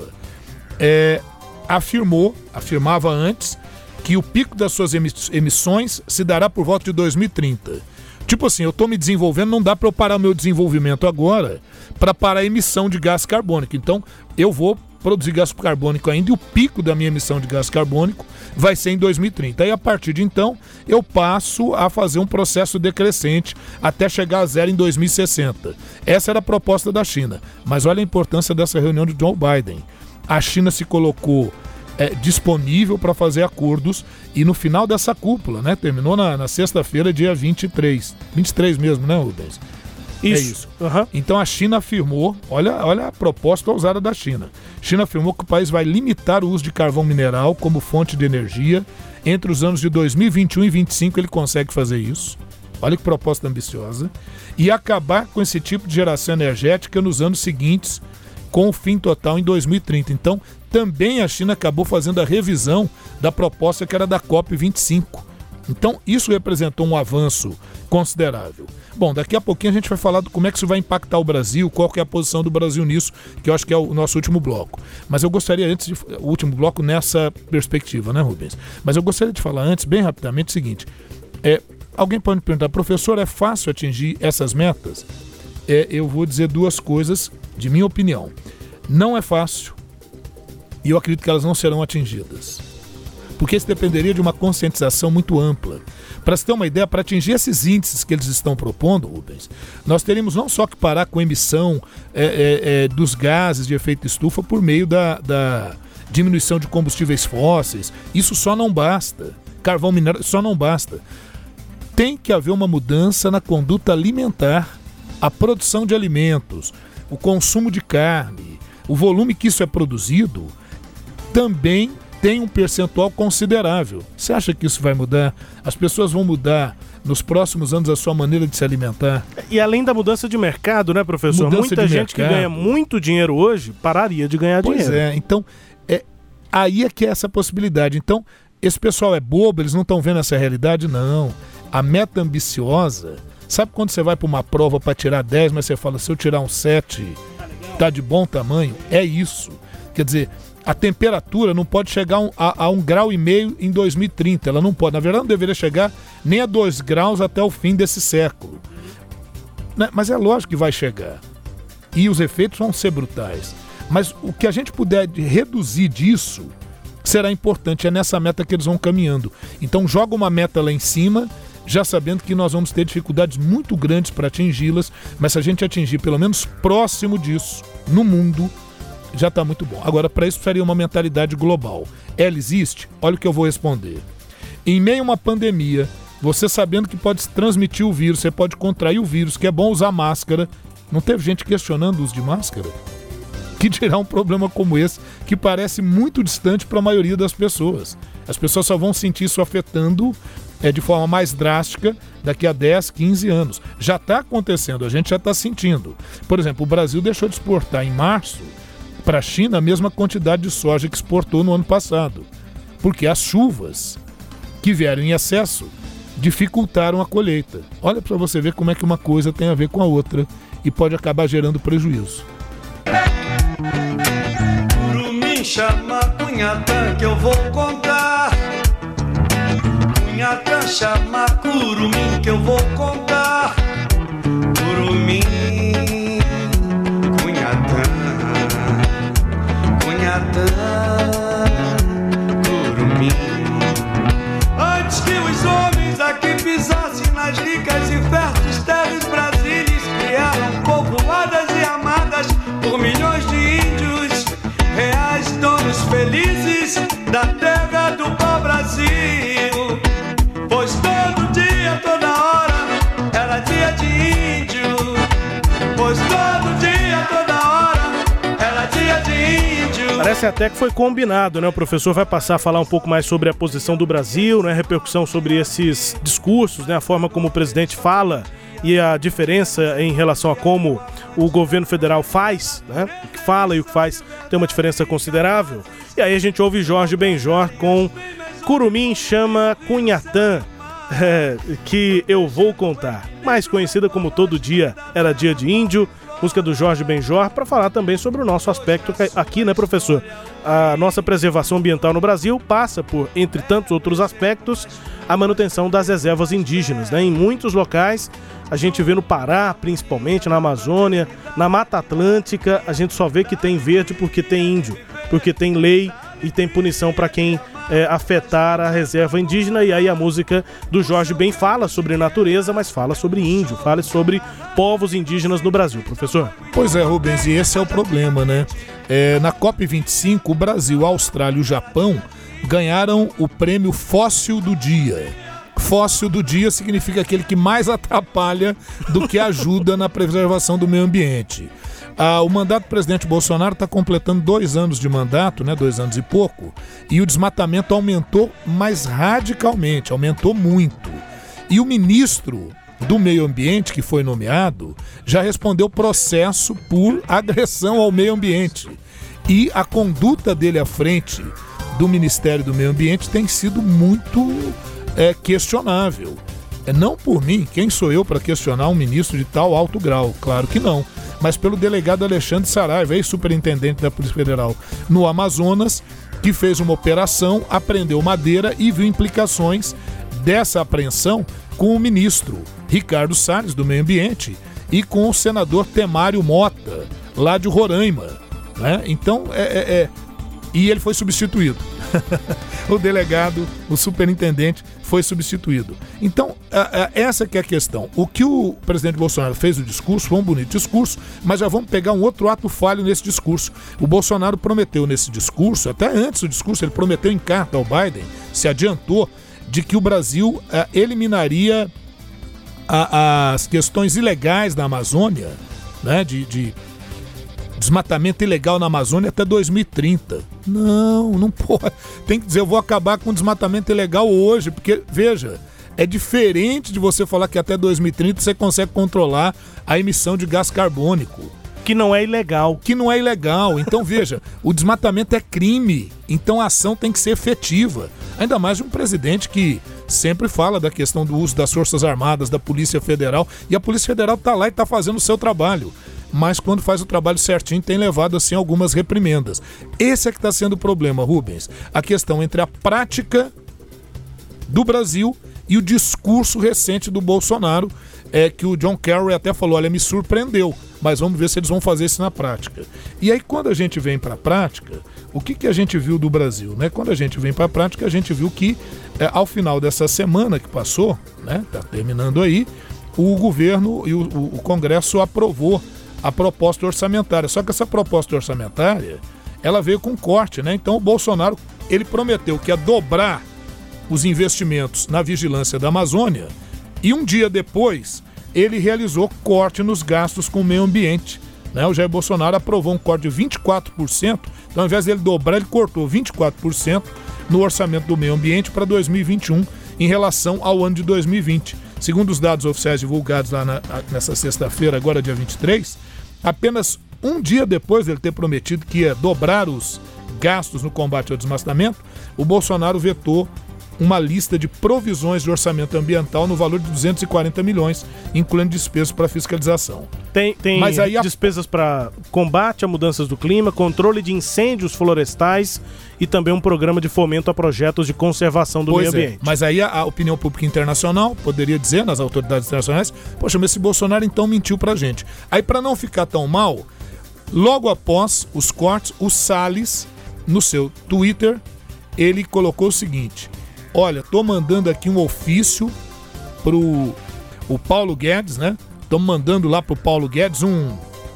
afirmava antes que o pico das suas emissões se dará por volta de 2030. Tipo assim, eu estou me desenvolvendo, não dá para eu parar o meu desenvolvimento agora para parar a emissão de gás carbônico. Então, eu vou produzir gás carbônico ainda e o pico da minha emissão de gás carbônico vai ser em 2030. E a partir de então, eu passo a fazer um processo decrescente até chegar a zero em 2060. Essa era a proposta da China. Mas olha a importância dessa reunião de Joe Biden. A China se colocou disponível para fazer acordos e no final dessa cúpula, né? Terminou na sexta-feira, dia 23 mesmo, né, Rubens? Isso. É isso. Uhum. Então a China afirmou, olha a proposta ousada da China. China afirmou que o país vai limitar o uso de carvão mineral como fonte de energia. Entre os anos de 2021 e 2025 ele consegue fazer isso. Olha que proposta ambiciosa. E acabar com esse tipo de geração energética nos anos seguintes, com o fim total em 2030. Então, também a China acabou fazendo a revisão da proposta que era da COP25. Então, isso representou um avanço considerável. Bom, daqui a pouquinho a gente vai falar de como é que isso vai impactar o Brasil, qual que é a posição do Brasil nisso, que eu acho que é o nosso último bloco. Mas eu gostaria o último bloco nessa perspectiva, né, Rubens? Mas eu gostaria de falar antes, bem rapidamente, o seguinte. Alguém pode me perguntar, professor, é fácil atingir essas metas? Eu vou dizer duas coisas, de minha opinião. Não é fácil e eu acredito que elas não serão atingidas. Porque isso dependeria de uma conscientização muito ampla. Para se ter uma ideia, para atingir esses índices que eles estão propondo, Rubens, nós teríamos não só que parar com a emissão dos gases de efeito estufa por meio da diminuição de combustíveis fósseis. Isso só não basta. Carvão mineral só não basta. Tem que haver uma mudança na conduta alimentar, a produção de alimentos, o consumo de carne, o volume que isso é produzido, também tem um percentual considerável. Você acha que isso vai mudar? As pessoas vão mudar nos próximos anos a sua maneira de se alimentar? E além da mudança de mercado, né, professor? Muita gente que ganha muito dinheiro hoje pararia de ganhar dinheiro. Pois é, então, aí é que é essa possibilidade. Então, esse pessoal é bobo, eles não estão vendo essa realidade? Não. A meta ambiciosa... Sabe quando você vai para uma prova para tirar 10, mas você fala, se eu tirar um 7, tá de bom tamanho? É isso. Quer dizer, a temperatura não pode chegar a 1,5 grau em 2030. Ela não pode. Na verdade, não deveria chegar nem a 2 graus até o fim desse século. Mas é lógico que vai chegar. E os efeitos vão ser brutais. Mas o que a gente puder reduzir disso será importante. É nessa meta que eles vão caminhando. Então, joga uma meta lá em cima, já sabendo que nós vamos ter dificuldades muito grandes para atingi-las, mas se a gente atingir pelo menos próximo disso, no mundo, já está muito bom. Agora, para isso, precisaria uma mentalidade global. Ela existe? Olha o que eu vou responder. Em meio a uma pandemia, você sabendo que pode transmitir o vírus, você pode contrair o vírus, que é bom usar máscara. Não teve gente questionando o uso de máscara? Que dirá um problema como esse, que parece muito distante para a maioria das pessoas. As pessoas só vão sentir isso afetando de forma mais drástica daqui a 10, 15 anos. Já está acontecendo, a gente já está sentindo. Por exemplo, o Brasil deixou de exportar em março para a China a mesma quantidade de soja que exportou no ano passado, porque as chuvas que vieram em excesso dificultaram a colheita. Olha para você ver como é que uma coisa tem a ver com a outra e pode acabar gerando prejuízo. Curumim, chama Cunhatã que eu vou contar. Cunhatã, chama Curumim que eu vou contar. Curumim, Cunhatã, Cunhatã, Curumim. Antes que os homens aqui pisassem nas ricas e férteis terras brasileiras, criaram povoadas e amadas por milhões de índios, reais donos felizes da terra do pau-brasil. Pois todo dia, toda hora, era dia de índio. Pois todo dia, toda hora, era dia de índio. Parece até que foi combinado, né? O professor vai passar a falar um pouco mais sobre a posição do Brasil, né? Repercussão sobre esses discursos, né? A forma como o presidente fala e a diferença em relação a como o governo federal faz, né? O que fala e o que faz tem uma diferença considerável. E aí a gente ouve Jorge Benjor com Curumim chama Cunhatã, que eu vou contar. Mais conhecida como Todo Dia Era Dia de Índio, música do Jorge Benjor, para falar também sobre o nosso aspecto aqui, né, professor? A nossa preservação ambiental no Brasil passa por, entre tantos outros aspectos, a manutenção das reservas indígenas, né? Em muitos locais, a gente vê no Pará, principalmente na Amazônia, na Mata Atlântica, a gente só vê que tem verde porque tem índio, porque tem lei e tem punição para quem afetar a reserva indígena. E aí a música do Jorge Ben fala sobre natureza, mas fala sobre índio, fala sobre povos indígenas no Brasil, professor. Pois é, Rubens, e esse é o problema, né? Na COP25, o Brasil, a Austrália e o Japão ganharam o prêmio Fóssil do Dia. Fóssil do dia significa aquele que mais atrapalha do que ajuda na preservação do meio ambiente. O mandato do presidente Bolsonaro está completando 2 anos de mandato, né, 2 anos e pouco, e o desmatamento aumentou mais radicalmente, aumentou muito. E o ministro do meio ambiente que foi nomeado já respondeu processo por agressão ao meio ambiente. E a conduta dele à frente do Ministério do Meio Ambiente tem sido muito questionável. Não por mim, quem sou eu para questionar um ministro de tal alto grau? Claro que não. Mas pelo delegado Alexandre Saraiva, ex-superintendente da Polícia Federal no Amazonas, que fez uma operação, apreendeu madeira e viu implicações dessa apreensão com o ministro Ricardo Salles, do Meio Ambiente, e com o senador Temário Mota, lá de Roraima, né? Então, e ele foi substituído. O delegado, o superintendente foi substituído. Então, essa que é a questão. O que o presidente Bolsonaro fez no discurso foi um bonito discurso, mas já vamos pegar um outro ato falho nesse discurso. O Bolsonaro prometeu nesse discurso, até antes do discurso, ele prometeu em carta ao Biden, se adiantou, de que o Brasil eliminaria as questões ilegais da Amazônia, né, de desmatamento ilegal na Amazônia até 2030. Não pode. Tem que dizer, eu vou acabar com o desmatamento ilegal hoje, porque, veja, é diferente de você falar que até 2030 você consegue controlar a emissão de gás carbônico. Que não é ilegal. Então, veja, o desmatamento é crime, então a ação tem que ser efetiva. Ainda mais de um presidente que sempre fala da questão do uso das Forças Armadas, da Polícia Federal, e a Polícia Federal está lá e está fazendo o seu trabalho. Mas quando faz o trabalho certinho, tem levado assim algumas reprimendas. Esse é que está sendo o problema, Rubens. A questão entre a prática do Brasil e o discurso recente do Bolsonaro, que o John Kerry até falou, olha, me surpreendeu, mas vamos ver se eles vão fazer isso na prática. E aí, quando a gente vem para a prática, o que a gente viu do Brasil, né? Quando a gente vem para a prática, a gente viu que, ao final dessa semana que passou, né, tá terminando aí, o governo e o Congresso aprovou a proposta orçamentária. Só que essa proposta orçamentária, ela veio com corte, né? Então o Bolsonaro, ele prometeu que ia dobrar os investimentos na vigilância da Amazônia e um dia depois ele realizou corte nos gastos com o meio ambiente, né? O Jair Bolsonaro aprovou um corte de 24%, então ao invés dele dobrar, ele cortou 24% no orçamento do meio ambiente para 2021 em relação ao ano de 2020. Segundo os dados oficiais divulgados lá nessa sexta-feira, agora dia 23, apenas um dia depois dele ter prometido que ia dobrar os gastos no combate ao desmatamento, o Bolsonaro vetou uma lista de provisões de orçamento ambiental no valor de 240 milhões, incluindo despesas para fiscalização. Tem Mas aí despesas para combate a mudanças do clima, controle de incêndios florestais e também um programa de fomento a projetos de conservação do meio ambiente. Mas aí a opinião pública internacional poderia dizer, nas autoridades internacionais, poxa, mas esse Bolsonaro então mentiu pra gente. Aí, para não ficar tão mal, logo após os cortes, o Salles, no seu Twitter, ele colocou o seguinte: olha, tô mandando aqui um ofício pro o Paulo Guedes, né? Tô mandando lá pro Paulo Guedes um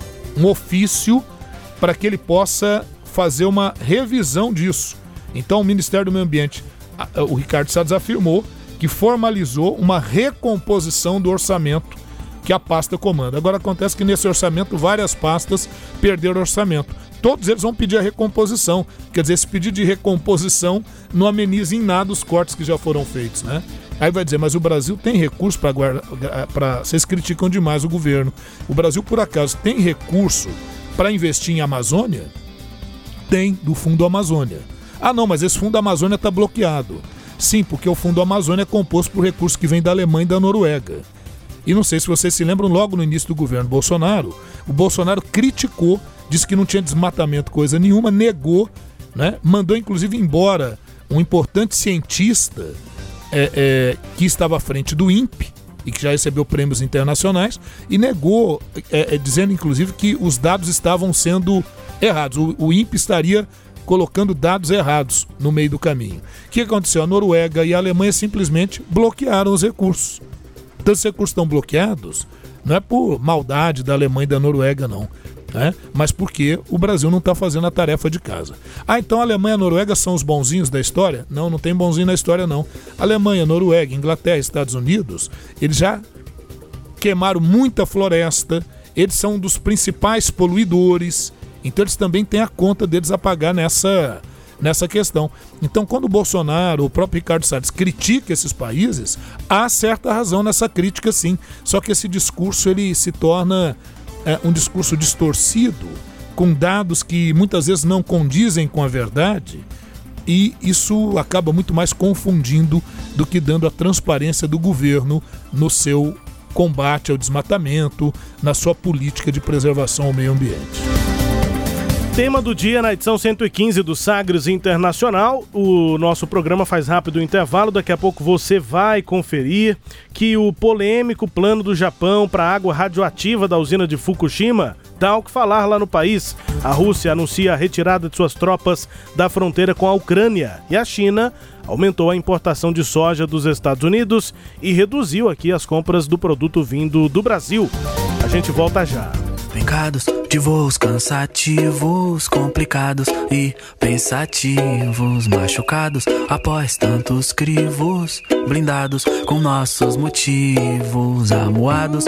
ofício para que ele possa fazer uma revisão disso. Então o Ministério do Meio Ambiente, o Ricardo Salles, afirmou que formalizou uma recomposição do orçamento que a pasta comanda. Agora acontece que nesse orçamento várias pastas perderam orçamento. Todos eles vão pedir a recomposição. Quer dizer, esse pedido de recomposição não ameniza em nada os cortes que já foram feitos, né? Aí vai dizer, mas o Brasil tem recurso para... Vocês criticam demais o governo. O Brasil, por acaso, tem recurso para investir em Amazônia? Tem, do Fundo Amazônia. Ah, não, mas esse Fundo Amazônia está bloqueado. Sim, porque o Fundo Amazônia é composto por recursos que vêm da Alemanha e da Noruega. E não sei se vocês se lembram, logo no início do governo Bolsonaro, o Bolsonaro criticou, disse que não tinha desmatamento coisa nenhuma, negou, né? Mandou inclusive embora um importante cientista que estava à frente do INPE e que já recebeu prêmios internacionais, e negou, dizendo inclusive que os dados estavam sendo errados. O INPE estaria colocando dados errados no meio do caminho. O que aconteceu? A Noruega e a Alemanha simplesmente bloquearam os recursos. Então, os recursos estão bloqueados, não é por maldade da Alemanha e da Noruega, não. Mas porque o Brasil não está fazendo a tarefa de casa. Ah, então a Alemanha e a Noruega são os bonzinhos da história? Não, não tem bonzinho na história, não. Alemanha, Noruega, Inglaterra, Estados Unidos, eles já queimaram muita floresta, eles são um dos principais poluidores, então eles também têm a conta deles a pagar nessa questão. Então, quando o Bolsonaro, o próprio Ricardo Salles, critica esses países, há certa razão nessa crítica, sim. Só que esse discurso ele se torna um discurso distorcido, com dados que muitas vezes não condizem com a verdade, e isso acaba muito mais confundindo do que dando a transparência do governo no seu combate ao desmatamento, na sua política de preservação ao meio ambiente. Tema do dia na edição 115 do Sagres Internacional. O nosso programa faz rápido intervalo. Daqui a pouco você vai conferir que o polêmico plano do Japão para a água radioativa da usina de Fukushima dá o que falar lá no país. A Rússia anuncia a retirada de suas tropas da fronteira com a Ucrânia. E a China aumentou a importação de soja dos Estados Unidos e reduziu aqui as compras do produto vindo do Brasil. A gente volta já. Pecados de voos cansativos, complicados e pensativos, machucados após tantos crivos, blindados com nossos motivos, amuados,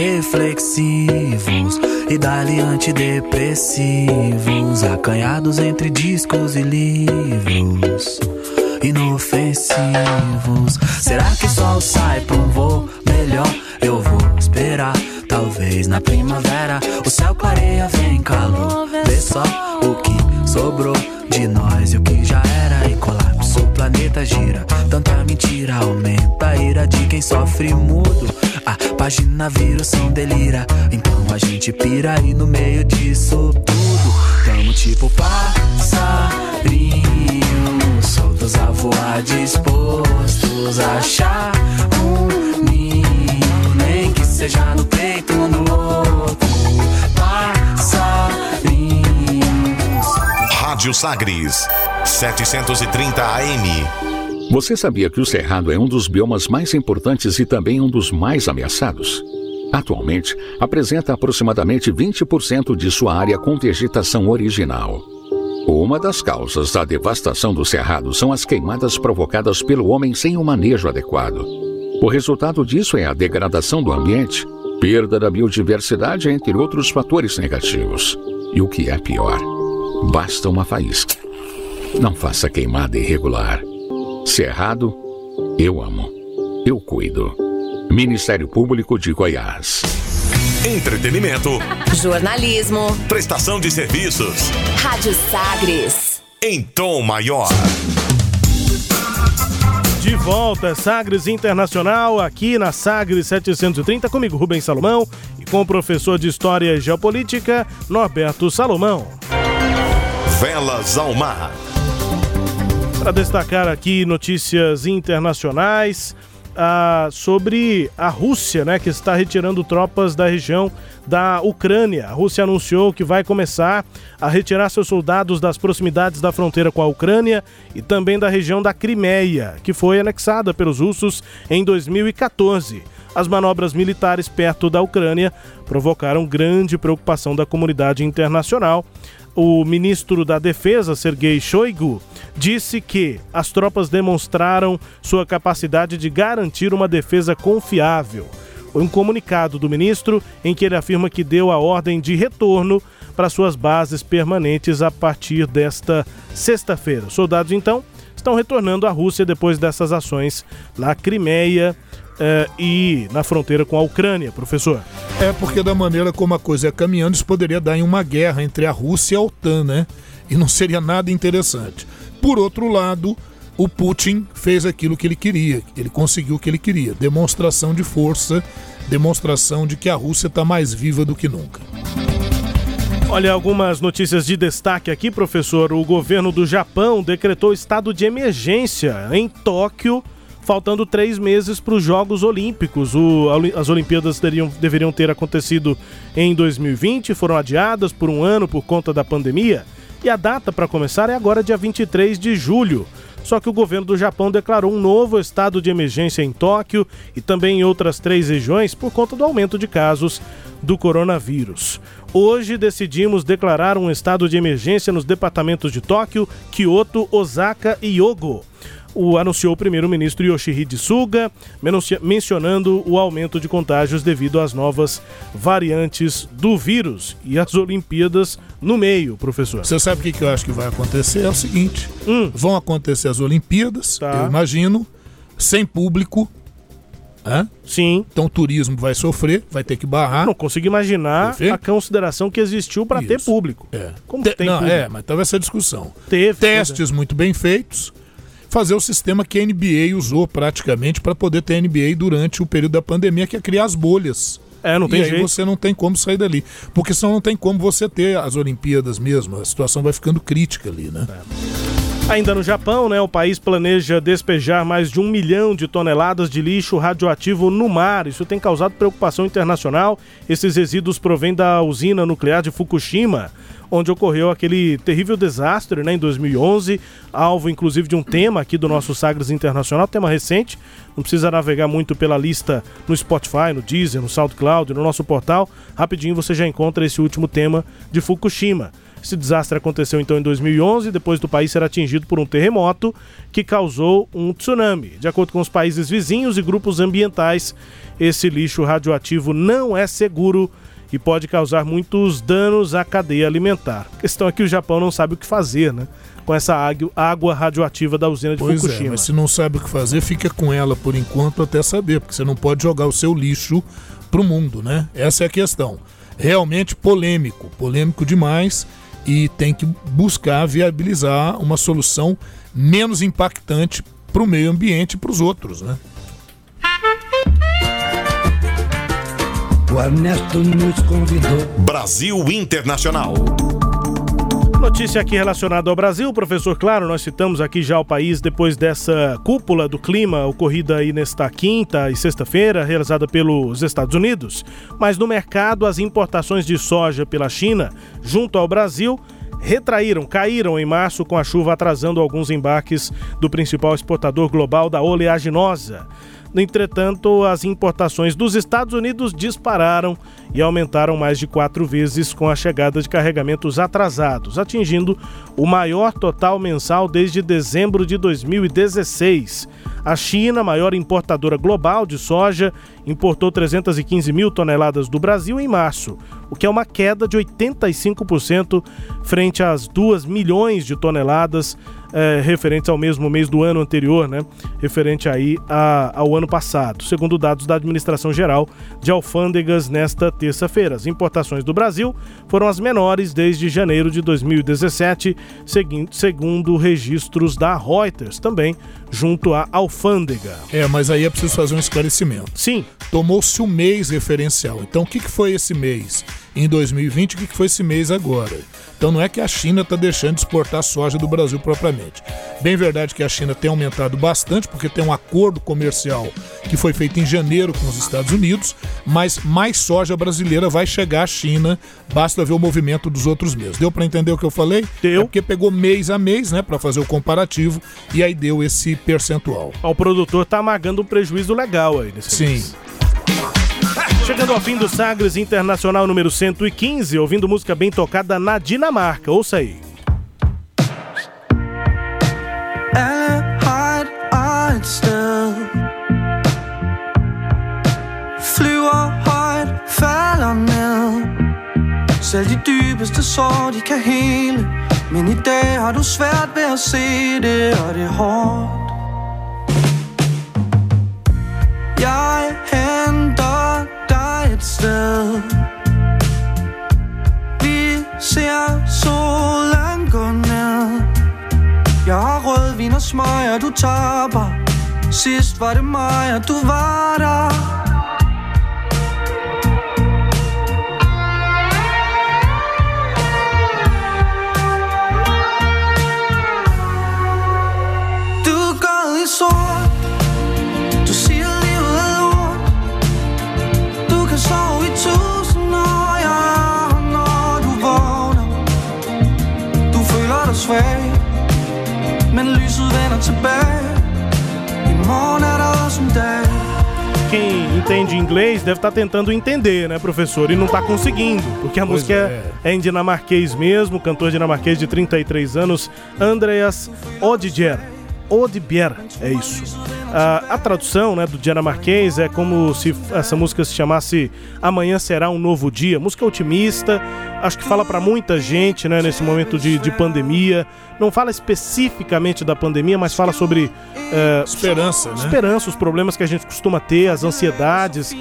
reflexivos e dali antidepressivos, acanhados entre discos e livros, inofensivos. Será que o sol sai pra um voo melhor? Eu vou esperar. Talvez na primavera o céu clareia, vem calor. Vê só o que sobrou de nós e o que já era. E colapso, o planeta gira. Tanta mentira aumenta a ira de quem sofre mudo. A página vira, o som delira. Então a gente pira e no meio disso tudo tamo tipo passarinhos soltos a voar, dispostos a achar um ninho, nem que seja no peito, no outro passarinho. Rádio Sagres, 730 AM. Você sabia que o Cerrado é um dos biomas mais importantes e também um dos mais ameaçados? Atualmente, apresenta aproximadamente 20% de sua área com vegetação original. Uma das causas da devastação do Cerrado são as queimadas provocadas pelo homem sem um manejo adequado. O resultado disso é a degradação do ambiente, perda da biodiversidade, entre outros fatores negativos. E o que é pior, basta uma faísca. Não faça queimada irregular. Cerrado, eu amo. Eu cuido. Ministério Público de Goiás. Entretenimento. Jornalismo. Prestação de serviços. Rádio Sagres. Em tom maior. De volta, Sagres Internacional, aqui na Sagres 730, comigo, Rubens Salomão, e com o professor de História e Geopolítica, Norberto Salomão. Velas ao mar. Para destacar aqui notícias internacionais sobre a Rússia, né, que está retirando tropas da região da Ucrânia. A Rússia anunciou que vai começar a retirar seus soldados das proximidades da fronteira com a Ucrânia e também da região da Crimeia, que foi anexada pelos russos em 2014. As manobras militares perto da Ucrânia provocaram grande preocupação da comunidade internacional. O ministro da Defesa, Sergei Shoigu, disse que as tropas demonstraram sua capacidade de garantir uma defesa confiável. Foi um comunicado do ministro em que ele afirma que deu a ordem de retorno para suas bases permanentes a partir desta sexta-feira. Os soldados, então, estão retornando à Rússia depois dessas ações na Crimeia e na fronteira com a Ucrânia, professor. É porque da maneira como a coisa é caminhando, isso poderia dar em uma guerra entre a Rússia e a OTAN, né? E não seria nada interessante. Por outro lado, o Putin fez aquilo que ele queria, ele conseguiu o que ele queria. Demonstração de força, demonstração de que a Rússia está mais viva do que nunca. Olha, algumas notícias de destaque aqui, professor. O governo do Japão decretou estado de emergência em Tóquio, faltando 3 meses para os Jogos Olímpicos. As Olimpíadas deveriam ter acontecido em 2020, foram adiadas por um ano por conta da pandemia. E a data para começar é agora dia 23 de julho. Só que o governo do Japão declarou um novo estado de emergência em Tóquio e também em outras 3 regiões por conta do aumento de casos do coronavírus. Hoje decidimos declarar um estado de emergência nos departamentos de Tóquio, Kyoto, Osaka e Hyogo. Anunciou o primeiro-ministro Yoshihide Suga, mencionando o aumento de contágios devido às novas variantes do vírus e as Olimpíadas no meio, professor. Você sabe o que eu acho que vai acontecer? É o seguinte, vão acontecer as Olimpíadas, eu imagino, sem público. Sim. Então o turismo vai sofrer, vai ter que barrar. Não consigo imaginar a consideração que existiu para ter público. Como tem público? Mas teve essa discussão. Teve. Testes muito bem feitos. Fazer o sistema que a NBA usou praticamente para poder ter NBA durante o período da pandemia, que é criar as bolhas. Não tem jeito. E aí você não tem como sair dali. Porque senão não tem como você ter as Olimpíadas mesmo. A situação vai ficando crítica ali, né? Ainda no Japão, né, o país planeja despejar mais de 1 milhão de toneladas de lixo radioativo no mar. Isso tem causado preocupação internacional. Esses resíduos provêm da usina nuclear de Fukushima, onde ocorreu aquele terrível desastre, né, em 2011, alvo inclusive de um tema aqui do nosso Sagres Internacional, tema recente. Não precisa navegar muito pela lista no Spotify, no Deezer, no SoundCloud, no nosso portal. Rapidinho você já encontra esse último tema de Fukushima. Esse desastre aconteceu então em 2011, depois do país ser atingido por um terremoto que causou um tsunami. De acordo com os países vizinhos e grupos ambientais, esse lixo radioativo não é seguro e pode causar muitos danos à cadeia alimentar. A questão é que o Japão não sabe o que fazer, né, com essa água radioativa da usina de Fukushima. Mas se não sabe o que fazer, fica com ela por enquanto até saber, porque você não pode jogar o seu lixo pro mundo, né? Essa é a questão. Realmente polêmico demais, e tem que buscar viabilizar uma solução menos impactante para o meio ambiente e para os outros, né? O Ernesto nos convidou. Brasil Internacional. Notícia aqui relacionada ao Brasil, professor. Claro, nós citamos aqui já o país depois dessa cúpula do clima ocorrida aí nesta quinta e sexta-feira, realizada pelos Estados Unidos. Mas no mercado, as importações de soja pela China junto ao Brasil caíram em março, com a chuva atrasando alguns embarques do principal exportador global da oleaginosa. Entretanto, as importações dos Estados Unidos dispararam e aumentaram mais de 4 vezes com a chegada de carregamentos atrasados, atingindo o maior total mensal desde dezembro de 2016. A China, maior importadora global de soja, importou 315 mil toneladas do Brasil em março, o que é uma queda de 85% frente às 2 milhões de toneladas referentes ao mesmo mês do ano anterior, né? Referente aí ao ano passado, segundo dados da Administração Geral de Alfândegas nesta terça-feira. As importações do Brasil foram as menores desde janeiro de 2017, segundo registros da Reuters, também junto à alfândega. Mas aí é preciso fazer um esclarecimento. Sim. Tomou-se um mês referencial. Então, o que foi esse mês em 2020 e o que foi esse mês agora? Então, não é que a China está deixando de exportar soja do Brasil propriamente. Bem verdade que a China tem aumentado bastante, porque tem um acordo comercial que foi feito em janeiro com os Estados Unidos, mas mais soja brasileira vai chegar à China, basta ver o movimento dos outros meses. Deu para entender o que eu falei? Deu. É porque pegou mês a mês, né, para fazer o comparativo, e aí deu esse percentual. O produtor tá amagando um prejuízo legal aí nesse mês. Chegando ao fim do Sagres Internacional número 115, ouvindo música bem tocada na Dinamarca. Ouça aí. Alle har et sted. Flyver højt, falder ned. Selv de dybeste sår, de kan hele. Men i dag har du svært ved at se det, og det er hårdt. Jeg henter dig et sted. Vi ser solen gå ned. Jeg har rødvin og smøger, du tapper. Sidst var det mig, og du var der. Du er gået i sort. Du siger livet er lort. Du kan sove i 1000 år, ja, når du vågner. Du føler dig svag, men lyset vender tilbage. I morgen er der også en dag. Quem entende inglês deve estar tentando entender, né, professor? E não está conseguindo, porque a música é em dinamarquês mesmo. O cantor dinamarquês de 33 anos, Andreas Odbjerg, é isso. A tradução, né, do dinamarquês é como se essa música se chamasse Amanhã Será um Novo Dia. Música otimista, acho que fala para muita gente, né, nesse momento de pandemia. Não fala especificamente da pandemia, mas fala sobre esperança, né? Esperança, os problemas que a gente costuma ter, as ansiedades,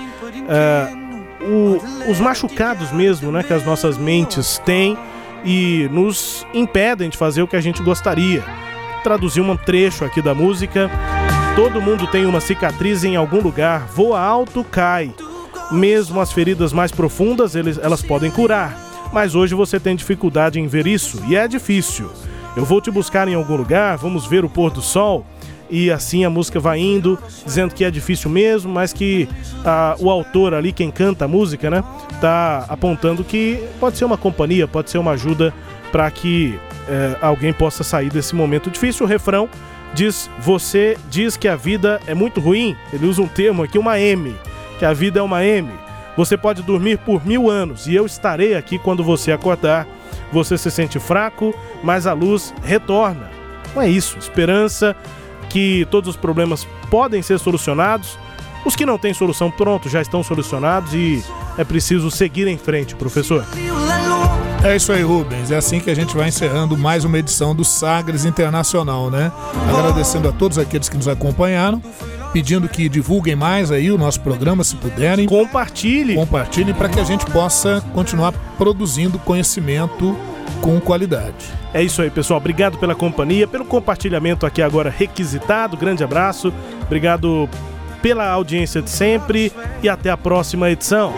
os machucados mesmo, né, que as nossas mentes têm e nos impedem de fazer o que a gente gostaria. Traduzir um trecho aqui da música. Todo mundo tem uma cicatriz em algum lugar, voa alto, cai. Mesmo as feridas mais profundas, elas podem curar. Mas hoje você tem dificuldade em ver isso, e é difícil. Eu vou te buscar em algum lugar, vamos ver o pôr do sol. E assim a música vai indo, dizendo que é difícil mesmo, mas que o autor ali, quem canta a música, né, tá apontando que pode ser uma companhia, pode ser uma ajuda para que alguém possa sair desse momento difícil. O refrão diz: você diz que a vida é muito ruim. Ele usa um termo aqui, uma M, que a vida é uma M. Você pode dormir por 1000 anos e eu estarei aqui quando você acordar. Você se sente fraco, mas a luz retorna. Não é isso, esperança, que todos os problemas podem ser solucionados. Os que não têm solução, pronto, já estão solucionados e é preciso seguir em frente, professor. É isso aí, Rubens. É assim que a gente vai encerrando mais uma edição do Sagres Internacional, né? Agradecendo a todos aqueles que nos acompanharam, pedindo que divulguem mais aí o nosso programa, se puderem. Compartilhem para que a gente possa continuar produzindo conhecimento com qualidade. É isso aí, pessoal. Obrigado pela companhia, pelo compartilhamento aqui agora requisitado. Grande abraço. Obrigado pela audiência de sempre e até a próxima edição.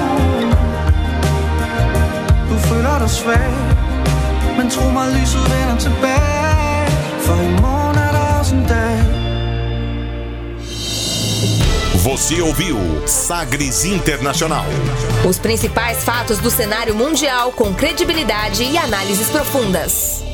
Føler dig svag, men tro mig, lyset vender tilbage, for i morgen er der også en dag. Você ouviu Sagres Internacional. Os principais fatos do cenário mundial com credibilidade e análises profundas.